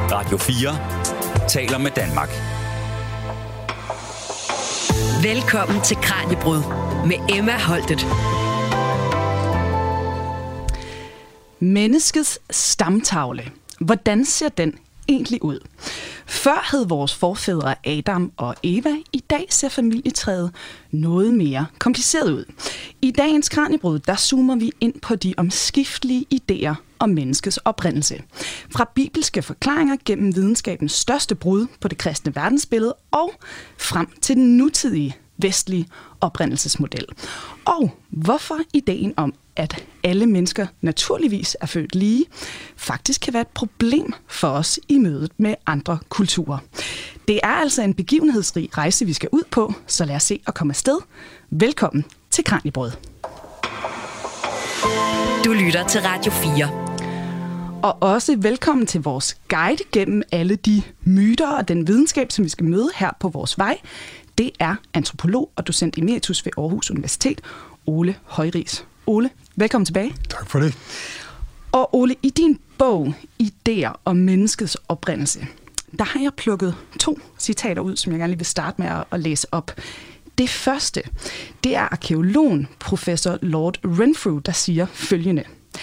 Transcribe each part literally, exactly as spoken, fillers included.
Radio fire taler med Danmark. Velkommen til Kraniebrud med Emma Holtet. Menneskets stamtavle. Hvordan ser den egentlig ud? Før hed vores forfædre Adam og Eva. I dag ser familietræet noget mere kompliceret ud. I dagens Kraniebrud, der zoomer vi ind på de omskiftelige idéer om menneskets oprindelse. Fra bibelske forklaringer gennem videnskabens største brud på det kristne verdensbillede og frem til den nutidige vestlige oprindelsesmodel. Og hvorfor ideen om, at alle mennesker naturligvis er født lige, faktisk kan være et problem for os i mødet med andre kulturer. Det er altså en begivenhedsrig rejse, vi skal ud på, så lad os se at komme afsted. Velkommen til Kraniebrud. Du lytter til Radio fire. Og også velkommen til vores guide gennem alle de myter og den videnskab, som vi skal møde her på vores vej. Det er antropolog og docent emeritus ved Aarhus Universitet, Ole Højris. Ole, velkommen tilbage. Tak for det. Og Ole, i din bog, Idéer om menneskets oprindelse, der har jeg plukket to citater ud, som jeg gerne lige vil starte med at læse op. Det første, det er arkæologen professor Lord Renfrew, der siger følgende.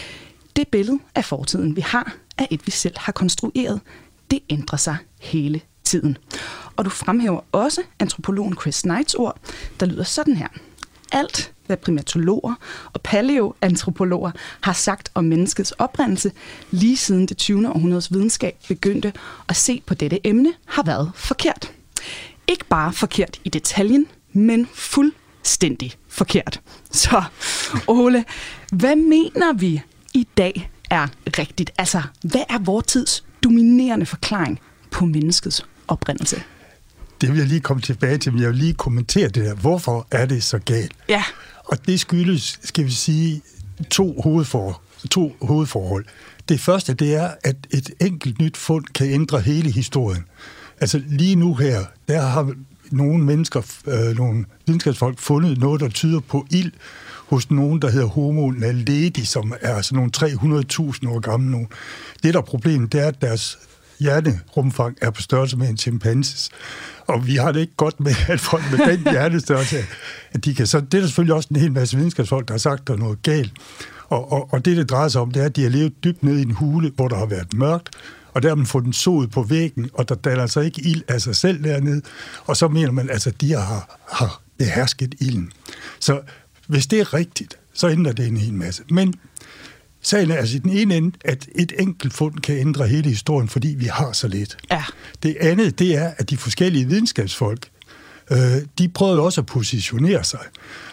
Det billede af fortiden, vi har, er et, vi selv har konstrueret. Det ændrer sig hele tiden. Og du fremhæver også antropologen Chris Knights ord, der lyder sådan her. Alt, hvad primatologer og palæoantropologer har sagt om menneskets oprindelse, lige siden det tyvende århundredes videnskab begyndte at se på dette emne, har været forkert. Ikke bare forkert i detaljen, men fuldstændig forkert. Så, Ole, hvad mener vi i dag er rigtigt? Altså, hvad er vores tids dominerende forklaring på menneskets oprindelse? Det vil jeg lige komme tilbage til, men jeg vil lige kommentere det her. Hvorfor er det så galt? Ja. Og det skyldes, skal vi sige, to, hovedfor, to hovedforhold. Det første, det er, at et enkelt nyt fund kan ændre hele historien. Altså lige nu her, der har nogle mennesker, øh, nogle videnskabsfolk fundet noget, der tyder på ild hos nogen, der hedder Homo naledi, som er sådan nogle tre hundrede tusind år gamle nu. Det der problem, det er, at deres hjernerumfang er på størrelse med en chimpanses. Og vi har det ikke godt med, at folk med den hjernestørrelse, at de kan. Så det er der selvfølgelig også en hel masse videnskabsfolk, der har sagt, der er noget galt. Og, og, og det, det drejer sig om, det er, at de har levet dybt nede i en hule, hvor der har været mørkt, og der har man fået den soet på væggen, og der danner sig ikke ild af sig selv dernede. Og så mener man, altså, at de har, har behersket ilden. Så hvis det er rigtigt, så ændrer det en hel masse. Men sagen er altså i den ene ende, at et enkelt fund kan ændre hele historien, fordi vi har så lidt. Ja. Det andet, det er, at de forskellige videnskabsfolk, øh, de prøver også at positionere sig.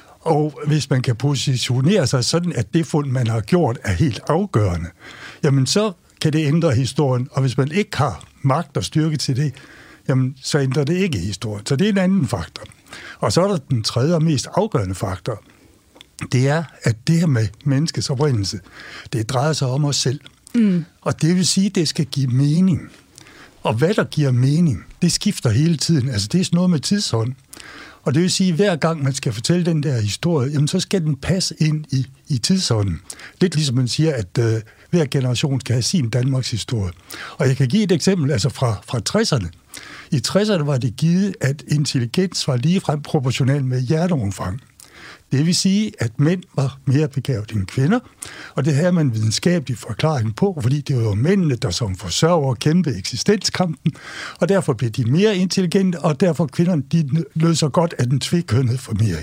Og hvis man kan positionere sig sådan, at det fund, man har gjort, er helt afgørende, jamen så kan det ændre historien. Og hvis man ikke har magt og styrke til det, jamen så ændrer det ikke historien. Så det er en anden faktor. Og så er der den tredje og mest afgørende faktor. Det er, at det her med menneskets oprindelse, det drejer sig om os selv. Mm. Og det vil sige, at det skal give mening. Og hvad der giver mening, det skifter hele tiden. Altså det er sådan noget med tidsånd. Og det vil sige, at hver gang man skal fortælle den der historie, jamen så skal den passe ind i, i tidsånden. Lidt ligesom man siger, at øh, hver generation skal have sin Danmarks historie. Og jeg kan give et eksempel altså fra, fra tresserne. I tresserne var det givet, at intelligens var ligefrem proportional med hjerteomfang. Det vil sige, at mænd var mere begavet end kvinder, og det havde man videnskabelig forklaring på, fordi det var jo mændene, der som forsørger kæmpede eksistenskampen, og derfor blev de mere intelligente, og derfor kvinderne, de lød så godt af den tvekønnede formering.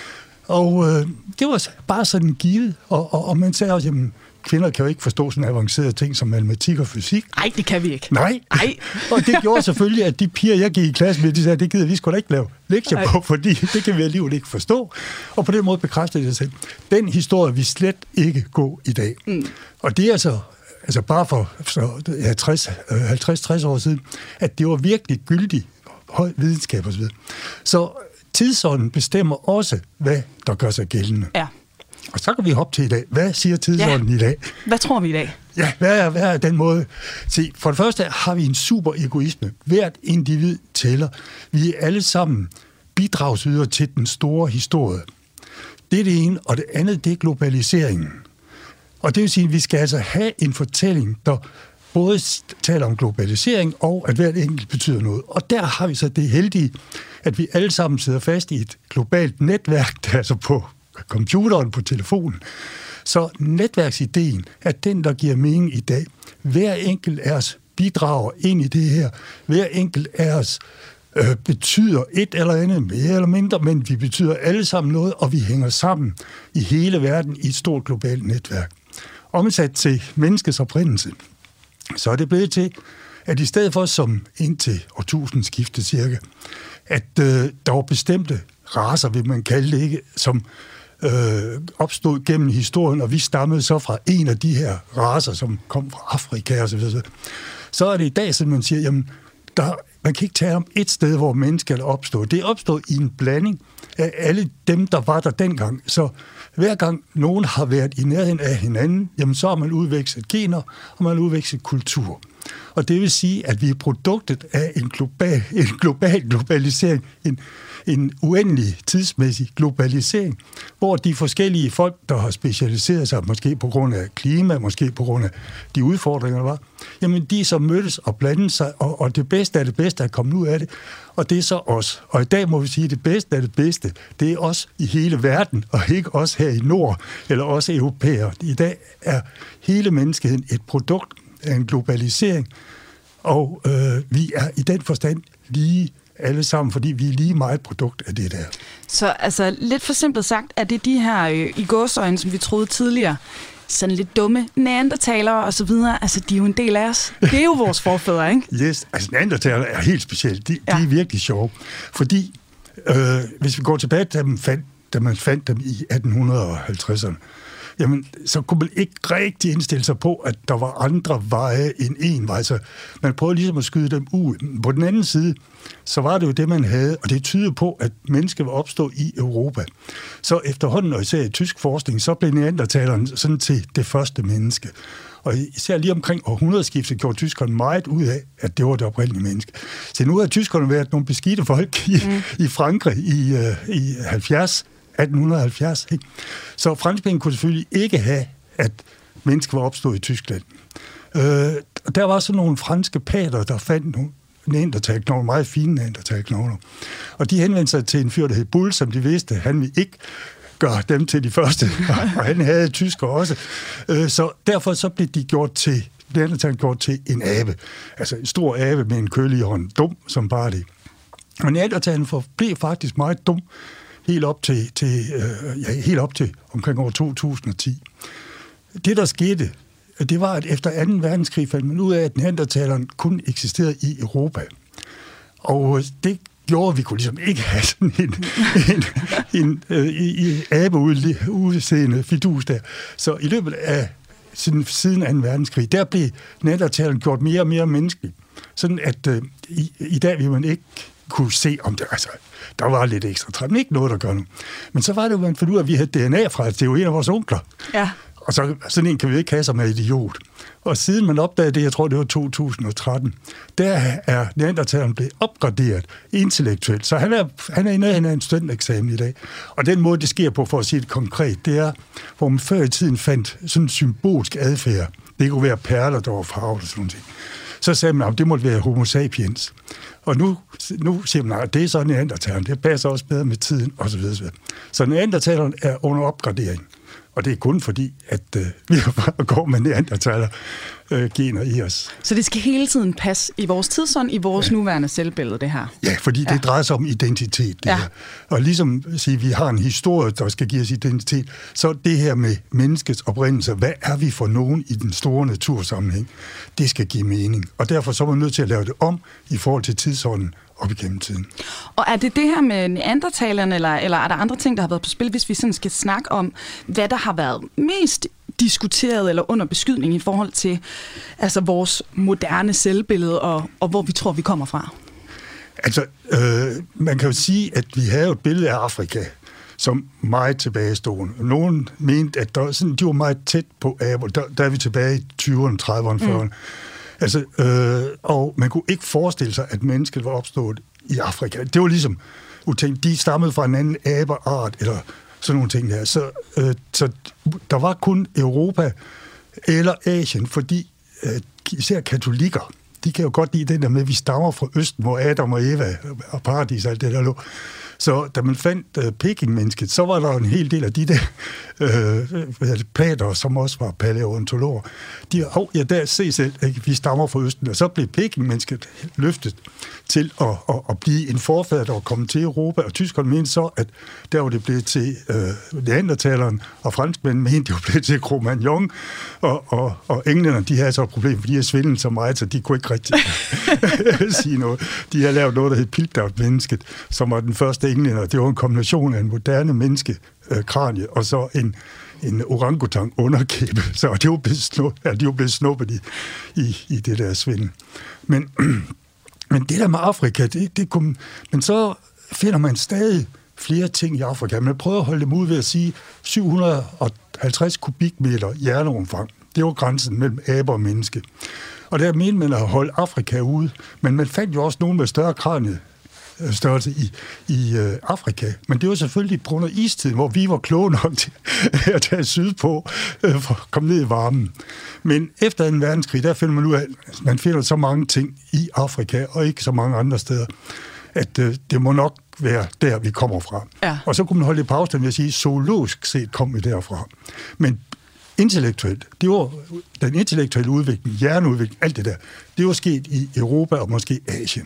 Og øh, det var bare sådan givet, og, og, og man sagde også, jamen, kvinder kan jo ikke forstå sådan avancerede ting som matematik og fysik. Nej, det kan vi ikke. Nej, Ej. Og det gjorde selvfølgelig, at de piger, jeg gik i klasse med, de sagde, det gider vi sgu da ikke lave lektier på, fordi det kan vi alligevel ikke forstå. Og på den måde bekræftede det sig selv. Den historie vil slet ikke gå i dag. Mm. Og det er altså, altså bare for ja, halvtreds til tres år siden, at det var virkelig gyldig høj videnskab osv. Så tidsånden bestemmer også, hvad der gør sig gældende. Ja. Og så kan vi hoppe til i dag. Hvad siger tidsånden ja. i dag? Hvad tror vi i dag? Ja, hvad er, hvad er den måde? Se, for det første har vi en super egoisme. Hvert individ tæller. Vi er alle sammen bidragsyder til den store historie. Det er det ene, og det andet, det er globaliseringen. Og det vil sige, at vi skal altså have en fortælling, der både taler om globalisering og at hvert enkelt betyder noget. Og der har vi så det heldige, at vi alle sammen sidder fast i et globalt netværk, der altså på computeren, på telefonen. Så netværksideen er den, der giver mening i dag. Hver enkelt af os bidrager ind i det her. Hver enkelt af os øh, betyder et eller andet, mere eller mindre, men vi betyder alle sammen noget, og vi hænger sammen i hele verden i et stort globalt netværk. Omsat til menneskets oprindelse, så er det blevet til, at i stedet for som indtil årtusindskiftet cirka, at øh, der var bestemte racer, vil man kalde det, ikke, som øh, opstod gennem historien, og vi stammede så fra en af de her racer, som kom fra Afrika og så videre. Så er det i dag, som man siger, jamen, der, man kan ikke tale om et sted, hvor mennesker er opstået. Det er opstået i en blanding af alle dem, der var der dengang. Så hver gang nogen har været i nærheden af hinanden, jamen så har man udvekslet gener, og man har udvekslet kultur. Og det vil sige, at vi er produktet af en global, en global globalisering, en, en uendelig tidsmæssig globalisering, hvor de forskellige folk, der har specialiseret sig, måske på grund af klima, måske på grund af de udfordringer, der var, jamen de så mødtes og blandede sig, og, og det bedste af det bedste er kommet ud af det, og det er så os. Og i dag må vi sige, at det bedste af det bedste, det er os i hele verden, og ikke os her i nord, eller os europæere. I dag er hele menneskeheden et produkt af en globalisering, og øh, vi er i den forstand lige alle sammen, fordi vi er lige meget produkt af det der. Så altså lidt for simpelt sagt, er det de her øh, i gåseøjne, som vi troede tidligere, sådan lidt dumme neandertalere og så videre, altså de er jo en del af os. Det er jo vores forfædre, ikke? Yes, altså neandertalere er helt specielt. De, ja. de er virkelig sjove, fordi øh, hvis vi går tilbage, da man fandt, da man fandt dem i atten halvtredserne, jamen, så kunne man ikke rigtig indstille sig på, at der var andre veje end en vej. Så man prøvede ligesom at skyde dem ud. På den anden side, så var det jo det, man havde, og det tyder på, at mennesker var opstået i Europa. Så efterhånden, og især i tysk forskning, så blev neandertaleren sådan til det første menneske. Og især lige omkring århundredeskiftet gjorde tyskerne meget ud af, at det var det oprindelige menneske. Så nu har tyskerne været nogle beskidte folk i, mm. i Frankrig i, uh, i halvfjerds, atten halvfjerds. Ikke? Så franskmændene kunne selvfølgelig ikke have, at mennesker var opstået i Tyskland. Øh, der var så nogle franske pater, der fandt nogle neandertalknogler, meget fine neandertalknogler. Og de henvendte sig til en fyr, der hed Bull, som de vidste, han ville ikke gøre dem til de første, og han havde tysker også. Øh, så derfor så blev de gjort til, neandertalerne gjort til en abe. Altså en stor abe med en kølle i hånden. Dum som bare det. Og neandertalerne blev faktisk meget dum, helt op til, til, øh, ja, helt op til omkring år to tusind og ti. Det, der skete, det var, at efter anden verdenskrig fandt man ud af, at neandertaleren kun eksisterede i Europa. Og det gjorde, at vi kunne ligesom ikke have sådan en, en, en, en, en abeudseende fidus der. Så i løbet af siden, siden anden verdenskrig, der blev neandertaleren gjort mere og mere menneskelig. Sådan at øh, i, i dag vil man ikke kunne se, om det altså, der var lidt ekstra træt, men ikke noget, der gør nu. Men så var det jo, man fandt ud af, at vi havde D N A fra, det er jo en af vores onkler. Ja. Og så, sådan en kan vi ikke have som er idiot. Og siden man opdagede det, jeg tror, det var to tusind og tretten, der er neandertaleren blevet opgraderet intellektuelt. Så han er, han er i nærheden af en studentereksamen i dag. Og den måde, det sker på, for at sige det konkret, det er, hvor man før i tiden fandt sådan en symbolsk adfærd. Det kunne være perler, der var farvet og sådan noget. Så sagde man, at det måtte være homo sapiens. Og nu, nu siger man, at det er så neandertaleren. Det passer også bedre med tiden, osv. Så, så neandertaleren er under opgradering. Og det er kun fordi, at øh, vi bare går med neandertaler-gener øh, i os. Så det skal hele tiden passe i vores tidsånd, i vores ja. nuværende selvbillede, det her? Ja, fordi ja. det drejer sig om identitet. Det ja. her. Og ligesom at sige, at vi har en historie, der skal give os identitet, så det her med menneskets oprindelse, hvad er vi for nogen i den store natursammenhæng, det skal give mening. Og derfor så er man nødt til at lave det om i forhold til tidsånden op igennem tiden. Og er det det her med neandertalerne, eller, eller er der andre ting, der har været på spil, hvis vi sådan skal snakke om, hvad der har været mest diskuteret eller under beskydning i forhold til altså vores moderne selvbillede, og, og hvor vi tror, vi kommer fra? Altså, øh, man kan jo sige, at vi har et billede af Afrika, som meget tilbagestående. Nogen mente, at der, sådan, de var meget tæt på aber. Der, der er vi tilbage i tyverne, trediverne, fyrrerne. Mm. Altså, øh, og man kunne ikke forestille sig, at mennesket var opstået i Afrika. Det var ligesom utænkt. De stammede fra en anden aberart, eller sådan nogle ting der. Så, øh, så der var kun Europa eller Asien, fordi især katolikker, de kan jo godt lide den der med, at vi stammer fra Østen, hvor Adam og Eva og paradis og alt det der lå. Så da man fandt uh, Peking-mennesket, så var der en hel del af de der øh, plater, som også var palæontologer. De har, oh, ja, der se selv, ikke? Vi stammer fra Østen, og så blev Peking-mennesket løftet til at, at, at blive en forfader, der var kommet til Europa, og tyskerne mente så, at der var det blevet til øh, neandertaleren, og franskmændene mente, det var blevet til Cro-Magnon, og, og, og englænderne, de havde så et problem, for de havde svindlet så meget, så de kunne ikke rigtig sige noget. De havde lavet noget, der hed Piltdown-mennesket, som var den første englænder. Det var en kombination af en moderne menneskekranie, og så en en orangutang underkæbe, så det var blevet snuppet, ja, de var blevet snuppet i, i, i det der svindel. Men, men det der med Afrika, det, det kunne, men så finder man stadig flere ting i Afrika. Man prøver at holde dem ud ved at sige syv hundrede og halvtreds kubikmeter hjerneomfang. Det var grænsen mellem aber og menneske. Og der mente man at holde Afrika ude, men man fandt jo også nogen med større kranie størrelse i, i øh, Afrika. Men det var selvfølgelig på grund af istiden, hvor vi var kloge nok til at tage sydpå øh, for at komme ned i varmen. Men efter anden verdenskrig, der finder man ud af, at man finder så mange ting i Afrika, og ikke så mange andre steder, at øh, det må nok være der, vi kommer fra. Ja. Og så kunne man holde det på afstand ved at sige, zoologisk set kom vi derfra. Men intellektuelt, det var den intellektuelle udvikling, hjerneudvikling, alt det der, det var sket i Europa og måske Asien.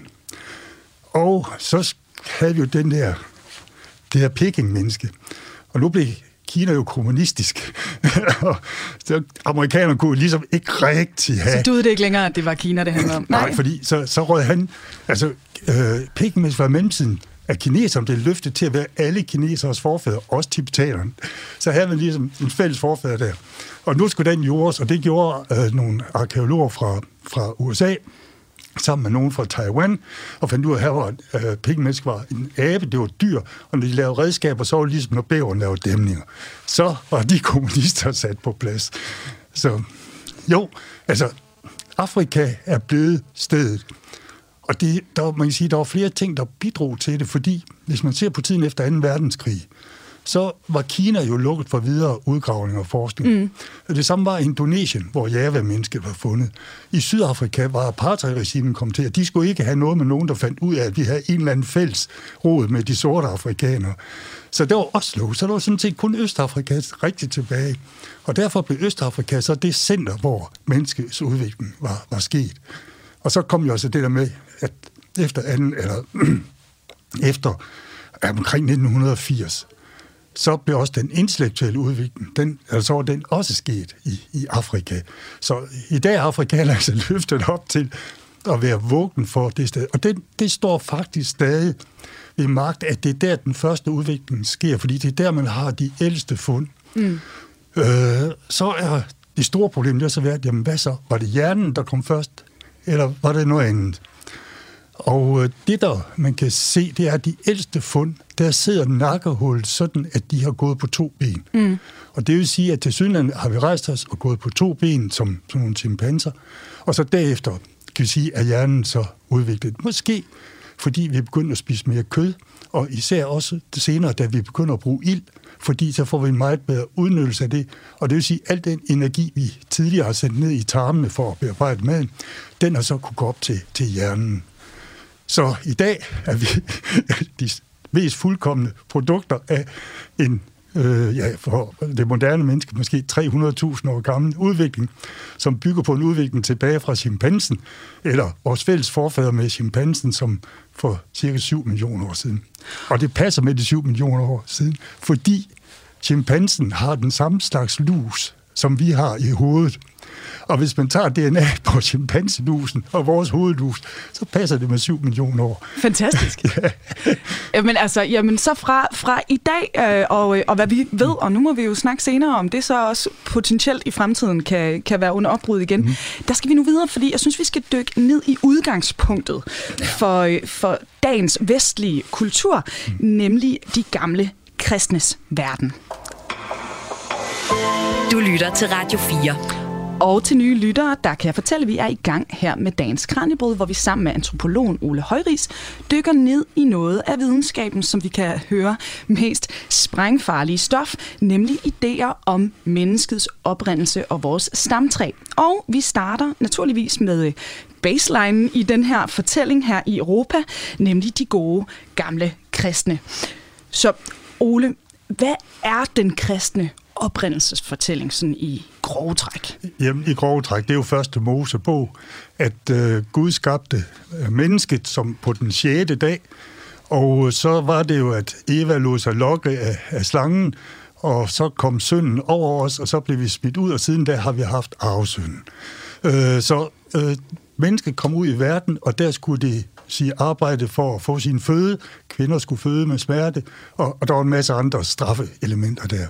Og så havde vi jo den der, det her Peking-menneske. Og nu blev Kina jo kommunistisk. Og amerikanerne kunne ligesom ikke rigtig have... Så du ved det ikke længere, at det var Kina, det handler om? Nej, Nej fordi så, så rød han... Altså, øh, Peking-menneske var i mellemtiden af kineserne blev løftet til at være alle kineseres forfædre, også tibetanerne. Så havde man ligesom en fælles forfader der. Og nu skulle den jordes, og det gjorde øh, nogle arkeologer fra, fra U S A, sammen med nogen fra Taiwan, og fandt ud af, at her var øh, Peking-menneske var en abe, det var dyr, og når de lavede redskaber, så var det ligesom, når bæveren lavede dæmninger. Så var de kommunister sat på plads. Så jo, altså, Afrika er blevet stedet. Og det, der, man kan sige, der var flere ting, der bidrog til det, fordi hvis man ser på tiden efter anden verdenskrig, så var Kina jo lukket for videre udgravning og forskning. Mm. Det samme var Indonesien, hvor Java-mennesket var fundet. I Sydafrika var apartheid-regimen kommet til, at de skulle ikke have noget med nogen, der fandt ud af, at vi havde en eller anden fælles råd med de sorte afrikanere. Så der var Oslo, så der var sådan set kun Østafrika rigtig tilbage. Og derfor blev Østafrika så det center, hvor menneskets udvikling var, var sket. Og så kom jo også det der med, at efter anden, eller efter omkring nitten firs, så blev også den intellektuelle udvikling, den, altså var den også sket i, i Afrika. Så i dag er Afrika altså løftet op til at være vågen for det sted. Og det, det står faktisk stadig ved magt, at det er der, den første udvikling sker, fordi det er der, man har de ældste fund. Mm. Øh, så er det store problem, der så været, jamen hvad så? Var det hjernen, der kom først? Eller var det noget andet? Og det, der man kan se, det er, at de ældste fund, der sidder nakkehullet sådan, at de har gået på to ben. Mm. Og det vil sige, at til Sydland har vi rejst os og gået på to ben, som, som nogle chimpanser. Og så derefter, kan vi sige, at hjernen så udviklet. Måske fordi vi begynder at spise mere kød, og især også det senere, da vi begynder at bruge ild, fordi så får vi en meget bedre udnyttelse af det. Og det vil sige, at al den energi, vi tidligere har sendt ned i tarmene for at bearbejde maden, den har så kunne gå op til, til hjernen. Så i dag er vi de mest fuldkomne produkter af en, øh, ja, for det moderne menneske, måske tre hundrede tusind år gammel udvikling, som bygger på en udvikling tilbage fra chimpansen, eller vores fælles forfader med chimpansen, som for cirka syv millioner år siden. Og det passer med de syv millioner år siden, fordi chimpansen har den samme slags lus, som vi har i hovedet. Og hvis man tager D N A på chimpanselusen og vores hovedlus, så passer det med syv millioner år. Fantastisk. Ja. Jamen altså, jamen så fra, fra i dag, øh, og, og hvad vi ved, og nu må vi jo snakke senere om det, så også potentielt i fremtiden kan, kan være under opbrud igen. Mm. Der skal vi nu videre, fordi jeg synes, vi skal dykke ned i udgangspunktet for, for dagens vestlige kultur, mm. nemlig de gamle kristnes verden. Du lytter til Radio fire. Og til nye lyttere, der kan jeg fortælle, at vi er i gang her med dagens Kraniebrud, hvor vi sammen med antropologen Ole Højris dykker ned i noget af videnskaben, som vi kan høre mest sprængfarlige stof, nemlig idéer om menneskets oprindelse og vores stamtræ. Og vi starter naturligvis med baselinen i den her fortælling her i Europa, nemlig de gode gamle kristne. Så Ole, hvad er den kristne oprindelsesfortælling sådan i grove træk? Jamen, i grove træk, det er jo første Mosebog, at øh, Gud skabte øh, mennesket som på den sjette dag, og så var det jo, at Eva lod sig lokke af, af slangen, og så kom synden over os, og så blev vi smidt ud, og siden da har vi haft arvesynden. Øh, så øh, mennesket kom ud i verden, og der skulle det sige arbejde for at få sin føde. Kvinder skulle føde med smerte, og, og der var en masse andre straffelementer der.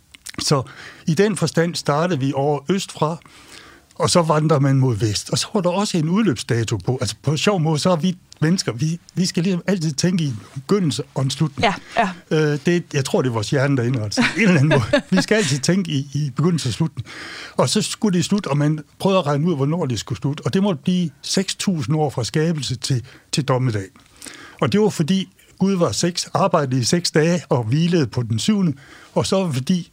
Så i den forstand startede vi over østfra, og så vandrer man mod vest. Og så var der også en udløbsdato på. Altså på sjov måde, så er vi mennesker, vi, vi skal ligesom altid tænke i en begyndelse og en slutning. Ja, ja. Øh, det, jeg tror, det er vores hjerne, der indretter sig. En eller anden måde. Vi skal altid tænke i, i begyndelse og slutning. Og så skulle det slutte, og man prøvede at regne ud, hvornår det skulle slutte. Og det måtte blive seks tusind år fra skabelse til, til dommedag. Og det var fordi Gud var seks, arbejdede i seks dage og hvilede på den syvende. Og så var det fordi,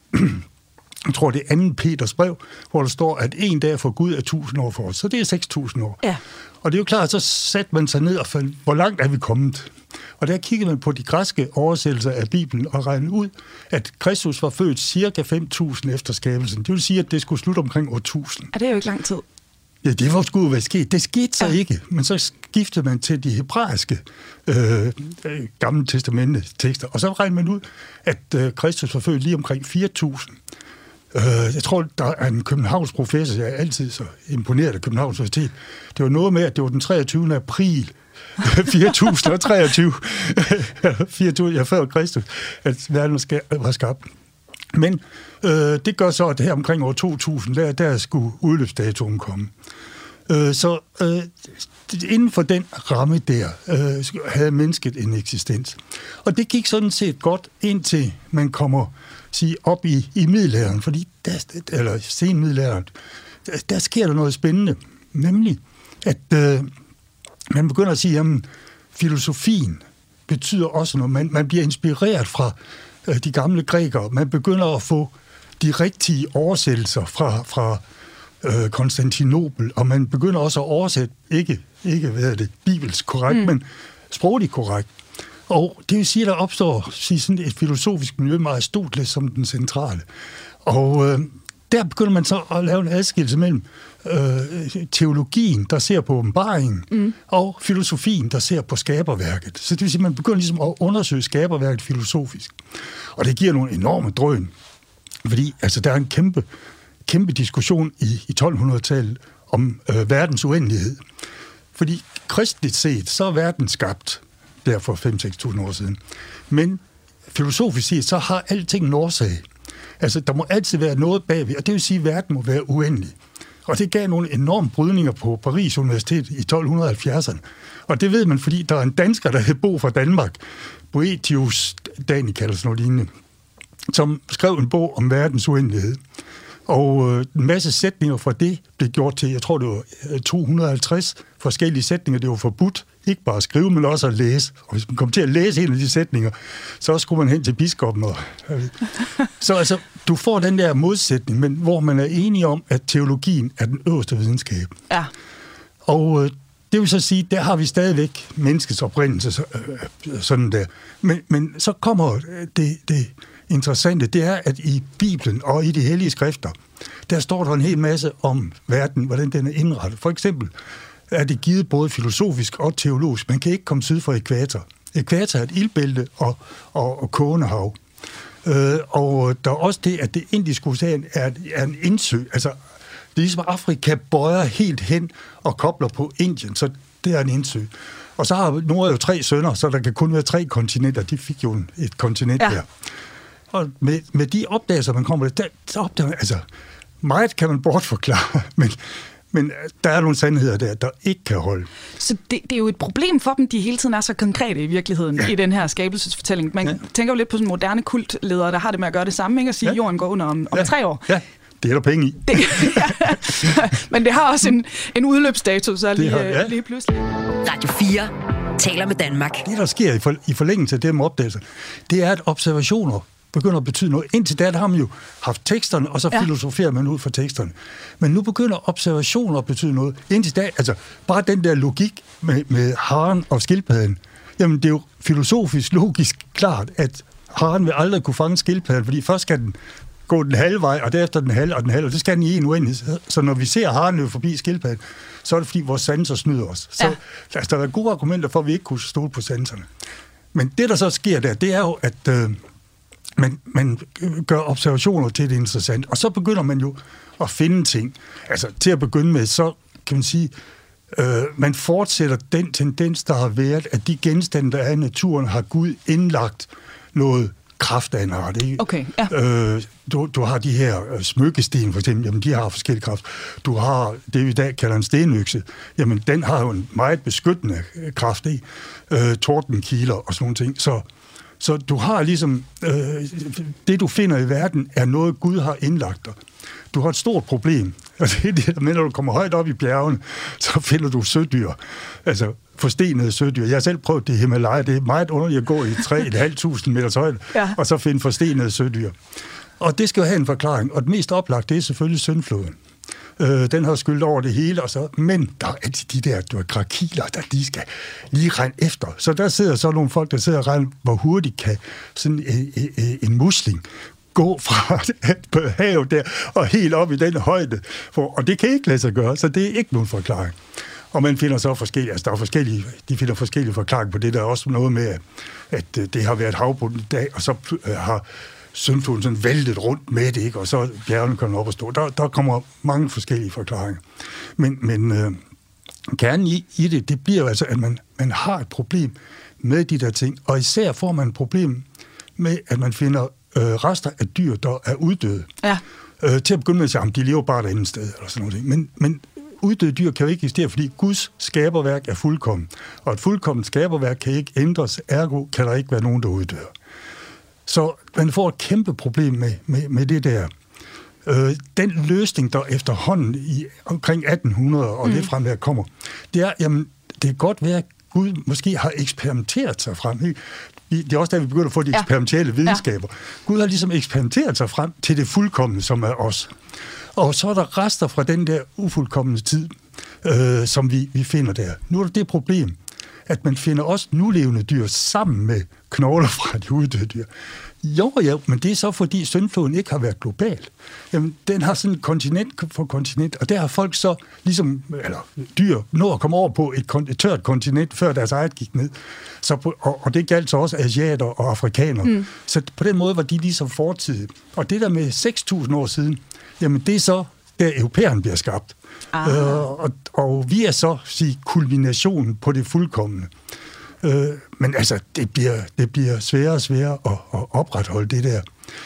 jeg tror det er anden Peters brev, hvor der står, at en dag for Gud er tusind år for os. Så det er seks tusind år. Ja. Og det er jo klart, så satte man sig ned og fandt, hvor langt er vi kommet? Og der kiggede man på de græske oversættelser af Bibelen og regnede ud, at Kristus var født cirka fem tusind efter skabelsen. Det vil sige, at det skulle slutte omkring år tusind. Er det jo ikke lang tid? Ja, det var sgu være sket. Det skete så ja. ikke, men så skiftede man til de hebraiske øh, gamle testamente tekster, og så regnede man ud, at øh, Kristus var født lige omkring fire tusind. Øh, jeg tror, der er en Københavns professor, jeg er altid så imponeret af Københavns Universitet. Det var noget med, at det var den treogtyvende april fire tusind og treogtyve, fire tusind, ja, før Kristus, at verden var skabt. Men øh, det gør så, at her omkring år to tusind, der, der skulle udløbsdatoen komme. Øh, så øh, inden for den ramme der, øh, havde mennesket en eksistens. Og det gik sådan set godt, indtil man kommer sige, op i, i middelalderen, fordi der, eller senmiddelalderen, der, der sker der noget spændende, nemlig at øh, man begynder at sige, at filosofien betyder også noget. Man, man bliver inspireret fra øh, de gamle grækere. Man begynder at få de rigtige oversættelser fra, fra øh, Konstantinopel, og man begynder også at oversætte, ikke, ikke hvad er det, bibelsk korrekt, mm. men sprogligt korrekt. Og det vil sige, at der opstår sige, sådan et filosofisk miljø med Aristoteles som den centrale. Og øh, der begynder man så at lave en adskillelse mellem øh, teologien, der ser på åbenbaringen, mm. og filosofien, der ser på skaberværket. Så det vil sige, at man begynder ligesom at undersøge skaberværket filosofisk. Og det giver nogle enorme drøn, fordi altså, der er en kæmpe, kæmpe diskussion i, i tolv hundrede-tallet om øh, verdens uendelighed. Fordi kristligt set, så er verden skabt der for fem til seks tusind år siden. Men filosofisk set, så har alting en årsag. Altså, der må altid være noget bagved, og det vil sige, at verden må være uendelig. Og det gav nogle enorme brydninger på Paris Universitet i tolv halvfjerdserne. Og det ved man, fordi der er en dansker, der hed Bo fra Danmark, Boetius Danica eller sådan noget lignende, som skrev en bog om verdens uendelighed. Og øh, en masse sætninger fra det blev gjort til, jeg tror det var to hundrede og halvtreds forskellige sætninger, det var forbudt. Ikke bare at skrive, men også at læse. Og hvis man kom til at læse en af de sætninger, så skulle man hen til biskoppen. Og, så altså, du får den der modsætning, men hvor man er enige om, at teologien er den øverste videnskab. Ja. Og øh, det vil så sige, der har vi stadigvæk menneskets oprindelse, øh, sådan der. Men, men så kommer det, det interessante, det er, at i Bibelen og i de hellige skrifter, der står der en hel masse om verden, hvordan den er indrettet. For eksempel er det givet både filosofisk og teologisk. Man kan ikke komme syd for ekvator. Ekvator er et ildbælte og, og, og kogende hav. Øh, og der er også det, at det indiske ocean er, er en indsø. Altså, det er ligesom, Afrika bøjer helt hen og kobler på Indien, så det er en indsø. Og så har Nord jo tre sønner, så der kan kun være tre kontinenter. De fik jo et kontinent ja. der. Og med, med de opdagelser, man kommer der, så opdager man, altså, meget kan man bortforklare, men Men der er nogle sandheder der, der ikke kan holde. Så det, det er jo et problem for dem, de hele tiden er så konkrete i virkeligheden ja. i den her skabelsesfortælling. Man ja. tænker jo lidt på sådan moderne kultledere, der har det med at gøre det samme, ikke? At sige, at ja. jorden går under om, om ja. tre år. Ja. Det er der penge i. Det, ja. Men det har også en, en udløbsdato, så lige, har, ja. lige pludselig. Radio fire taler med Danmark. Det, der sker i, for, i forlængelse af det med opdagelser, det er, at observationer begynder at betyde noget. Indtil da har man jo haft teksterne, og så ja. filosoferer man ud fra teksterne. Men nu begynder observationer at betyde noget. Indtil da, altså bare den der logik med, med haren og skildpadden, jamen det er jo filosofisk logisk klart, at haren vil aldrig kunne fange skildpadden, fordi først skal den gå den halve vej, og derefter den halve og den halve, og det skal den i en uendelighed. Så når vi ser haren løbe forbi skildpadden, så er det fordi vores sanser snyder os. Så ja. altså, der er gode argumenter for, at vi ikke kunne stole på sanserne. Men det, der så sker der, det er jo, at øh, man, man gør observationer til det interessant, og så begynder man jo at finde ting. Altså, til at begynde med, så kan man sige, øh, man fortsætter den tendens, der har været, at de genstande, der er i naturen, har Gud indlagt noget kraft af en art, ikke? Okay, ja. Øh, du, du har de her øh, smykkesten, for eksempel, jamen de har forskellige kraft. Du har det, vi i dag kalder en stenøkse, jamen den har jo en meget beskyttende kraft, ikke? Øh, tordenkiler og sådan nogle ting. Så, så du har ligesom, øh, det du finder i verden, er noget Gud har indlagt dig. Du har et stort problem, og det er det, men når du kommer højt op i bjergene, så finder du sødyr, altså forstenede sødyr. Jeg har selv prøvet det i Himalaya, det er meget underligt at gå i tre komma fem tusind meters højde, ja. og så finde forstenede sødyr. Og det skal jo have en forklaring, og det mest oplagt, det er selvfølgelig syndfloden. Øh, den har skyldt over det hele, og så, men der er de der, du er krakiler, der de skal lige regne efter. Så der sidder så nogle folk, der sidder og regner, hvor hurtigt kan sådan en, en, en musling gå fra på havet der og helt op i den højde. For, og det kan ikke lade sig gøre, så det er ikke nogen forklaring. Og man finder så forskellige, altså der er forskellige, de finder forskellige forklaringer på det. Der er også noget med, at det har været havbund i dag, og så har syndfloden sådan væltet rundt med det, ikke? Og så bjergene kommer op og stå. Der, der kommer mange forskellige forklaringer. Men, men øh, kernen i, i det, det bliver jo altså, at man, man har et problem med de der ting, og især får man et problem med, at man finder øh, rester af dyr, der er uddøde. Ja. Øh, til at begynde med at sige, at de lever bare et andet sted, eller sådan noget. Men, men uddøde dyr kan jo ikke eksistere, fordi Guds skaberværk er fuldkommen. Og et fuldkomment skaberværk kan ikke ændres, ergo kan der ikke være nogen, der uddør. Så man får et kæmpe problem med, med, med det der. Øh, den løsning, der efterhånden i omkring atten hundrede og mm. det frem der kommer, det er, jamen, det er godt være, at Gud måske har eksperimenteret sig frem. Ikke? Det er også der, vi begynder at få de eksperimentelle ja. videnskaber. Ja. Gud har ligesom eksperimenteret sig frem til det fuldkomne, som er os. Og så er der rester fra den der ufuldkomne tid, øh, som vi, vi finder der. Nu er det det problem, at man finder også nulevende dyr sammen med knogler fra de uddøde dyr. Jo, ja, men det er så, fordi syndfloden ikke har været global. Jamen, den har sådan et kontinent for kontinent, og der har folk så ligesom, eller dyr, nå at komme over på et, et tørt kontinent, før deres eget gik ned. Så på, og, og det galt så også asiater og afrikanere. Mm. Så på den måde var de ligesom fortidige. Og det der med seks tusind år siden, jamen det er så, der europæeren bliver skabt. Ah. Øh, og, og vi er så, sige, kulminationen på det fuldkomne. Øh, men altså, det bliver, det bliver sværere og sværere at, at opretholde det der.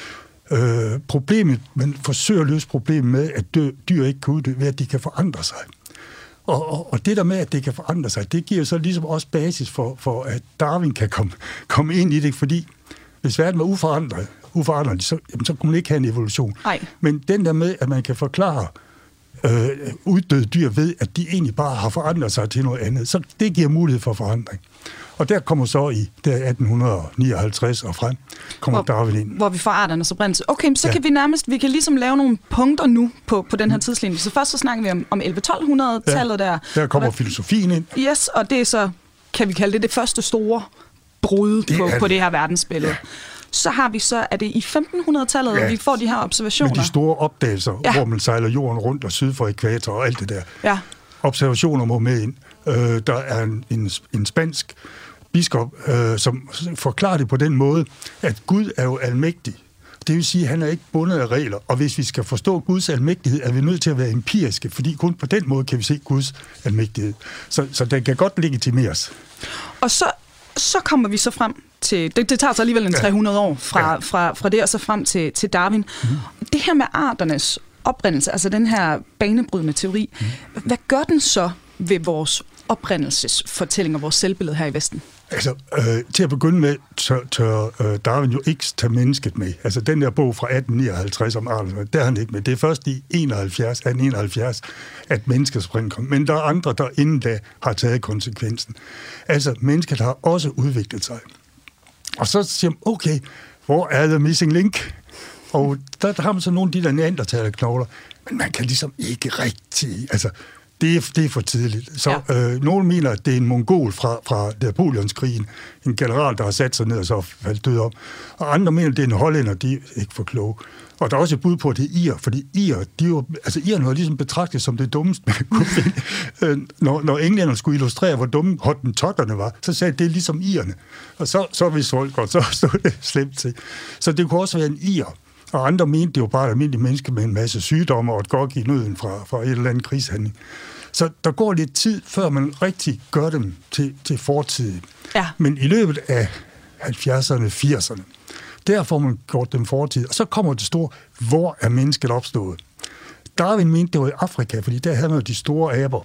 Øh, problemet, man forsøger at løse problemet med, at dø, dyr ikke kan uddø, ved at de kan forandre sig. Og, og, og det der med, at det kan forandre sig, det giver så ligesom også basis for, for at Darwin kan komme, komme ind i det, fordi hvis verden var uforandret, uforandret så, jamen, så kunne man ikke have en evolution. Ej. Men den der med, at man kan forklare øh, uddøde dyr ved, at de egentlig bare har forandret sig til noget andet, så det giver mulighed for forandring. Og der kommer så i der atten nioghalvtreds og frem, kommer hvor, Darwin ind. Hvor vi får arternes oprindelse. Okay, så ja. kan vi nærmest, vi kan ligesom lave nogle punkter nu på, på den her tidslinje. Så først så snakker vi om, om elleve tolv hundrede-tallet ja, der. Der kommer filosofien ind. Yes, og det er så, kan vi kalde det, det første store brud det på, på det her verdensbillede. Ja. Så har vi så, er det i femten hundrede-tallet, ja, vi får de her observationer. Med de store opdagelser, ja. hvor man sejler jorden rundt og syd for ækvator og alt det der. Ja. Observationer må med ind. Øh, der er en, en, en spansk biskop, øh, som forklarer det på den måde, at Gud er jo almægtig. Det vil sige, at han er ikke bundet af regler. Og hvis vi skal forstå Guds almægtighed, er vi nødt til at være empiriske, fordi kun på den måde kan vi se Guds almægtighed. Så, så den kan godt legitimeres. Og så, så kommer vi så frem til, det, det tager så alligevel en tre hundrede år fra, ja. fra, fra det og så frem til, til Darwin. Mm. Det her med arternes oprindelse, altså den her banebrydende teori, mm. hvad gør den så ved vores oprindelsesfortælling og vores selvbillede her i Vesten? Altså, øh, til at begynde med, tør, tør øh, Darwin jo ikke tage mennesket med. Altså, den der bog fra atten nioghalvtreds om arten, der er han ikke med. Det er først i enoghalvfjerds, atten enoghalvfjerds, at menneskespring kom. Men der er andre, der inden da har taget konsekvensen. Altså, mennesket har også udviklet sig. Og så siger man, okay, hvor er the missing link? Og der, der har man så nogle af de der neandertalerknogler, men man kan ligesom ikke rigtig... Altså, Det er, det er for tidligt. Så ja. øh, nogle mener, at det er en mongol fra, fra Napoleonskrigen, en general, der har sat sig ned og så faldt død om. Og andre mener, at det er en hollænder, de er ikke for kloge. Og der er også et bud på, at det er irer, fordi irer, de jo, altså irerne var ligesom betragtet som det dummeste, man kunne finde. øh, når, når englænderne skulle illustrere, hvor dumme hottentotterne var, så sagde de, det er ligesom irerne. Og så, så hvis folk godt, så stod det slemt til. Så det kunne også være en irer. Og andre mente, det var bare et almindeligt menneske med en masse sygdomme og et godt i nøden fra, fra et eller andet krigshandling. Så der går lidt tid, før man rigtig gør dem til, til fortiden. Ja. Men i løbet af halvfjerdserne, firserne, der får man gjort dem fortid. Og så kommer det store, hvor er mennesket opstået? Darwin mente, det var i Afrika, fordi der havde man jo de store aber.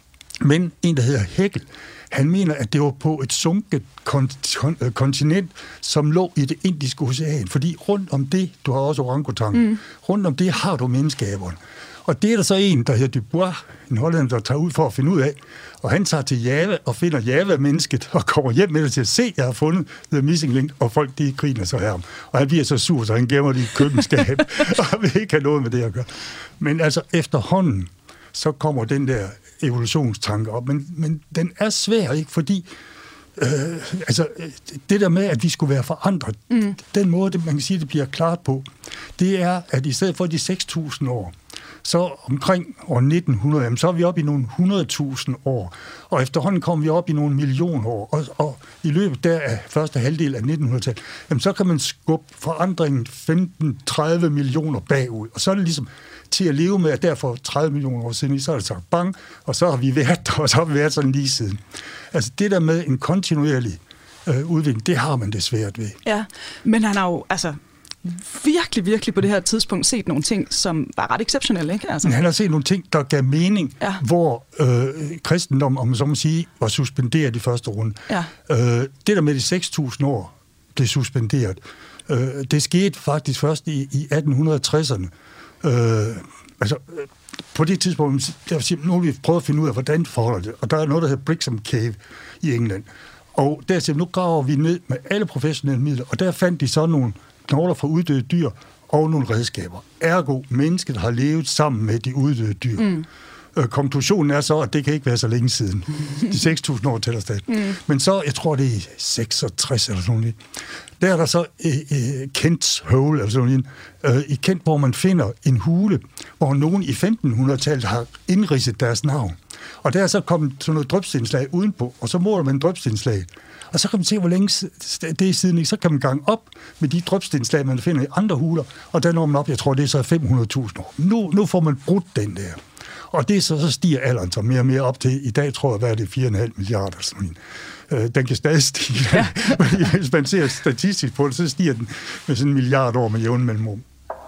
Men en, der hedder Haeckel, han mener, at det var på et sunket kont- kontinent, som lå i det indiske ocean. Fordi rundt om det, du har også orangutangen, mm. rundt om det har du menneskeaberne. Og det er der så en, der hedder Dubois, en hollænder, der tager ud for at finde ud af. Og han tager til Java og finder Java-mennesket og kommer hjem med det til at se, jeg har fundet The Missing Link, og folk, de griner så her. Og han bliver så sur, så han gemmer det i køkkenskab, og vil ikke have noget med det at gøre. Men altså efterhånden, så kommer den der evolutionstanke op. Men, men den er svær, ikke? Fordi øh, altså, det der med, at vi skulle være forandret, mm. den måde, det, man kan sige, det bliver klart på, det er, at i stedet for de seks tusind år, så omkring år nitten hundrede, jamen, så er vi oppe i nogle hundrede tusind år, og efterhånden kommer vi op i nogle millioner år, og, og i løbet der af første halvdel af nitten hundrede-tallet, jamen, så kan man skubbe forandringen femten til tredive millioner bagud, og så er det ligesom til at leve med, at derfor tredive millioner år siden, så er det sagt bang, og så har vi været der, og så har vi været sådan lige siden. Altså det der med en kontinuerlig øh, udvikling, det har man det svært ved. Ja, men han har jo, altså virkelig, virkelig på det her tidspunkt set nogle ting, som var ret exceptionelle, ikke? Altså. Han har set nogle ting, der gav mening, ja. hvor øh, kristendom, om man så må sige, var suspenderet i første runde. Ja. Øh, det der med de seks tusind år blev suspenderet, øh, det skete faktisk først i, i atten tresserne. Øh, altså, på det tidspunkt, der, nu har vi prøvet at finde ud af, hvordan forholder det, og der er noget, der hedder Brixham Cave i England. Og der siger nu graver vi ned med alle professionelle midler, og der fandt de så nogle knogler fra uddøde dyr og nogle redskaber. Ergo, mennesket har levet sammen med de uddøde dyr. Mm. Øh, konklusionen er så, at det kan ikke være så længe siden. De seks tusind år tæller stadig. Mm. Men så, jeg tror, det er i seksogtres eller sådan noget. Der er der så øh, øh, Kents Hole, eller sådan noget, øh, i Kent, hvor man finder en hule, hvor nogen i femten hundrede-tallet har indridset deres navn. Og der er så kommet sådan noget drypstindslag udenpå, og så måler man drypstindslag. Og så kan man se, hvor længe det er siden, så kan man gange op med de drypstindslag, man finder i andre huler, og der når man op, jeg tror, det er så fem hundrede tusind år. Nu, nu får man brudt den der. Og det så, så stiger alderen så mere og mere op til, i dag tror jeg, hvad er det, fire komma fem milliarder. Sådan. Øh, den kan stadig stige. Ja. Hvis man ser statistisk på det, så stiger den med sådan en milliard år med jævn mellemrum.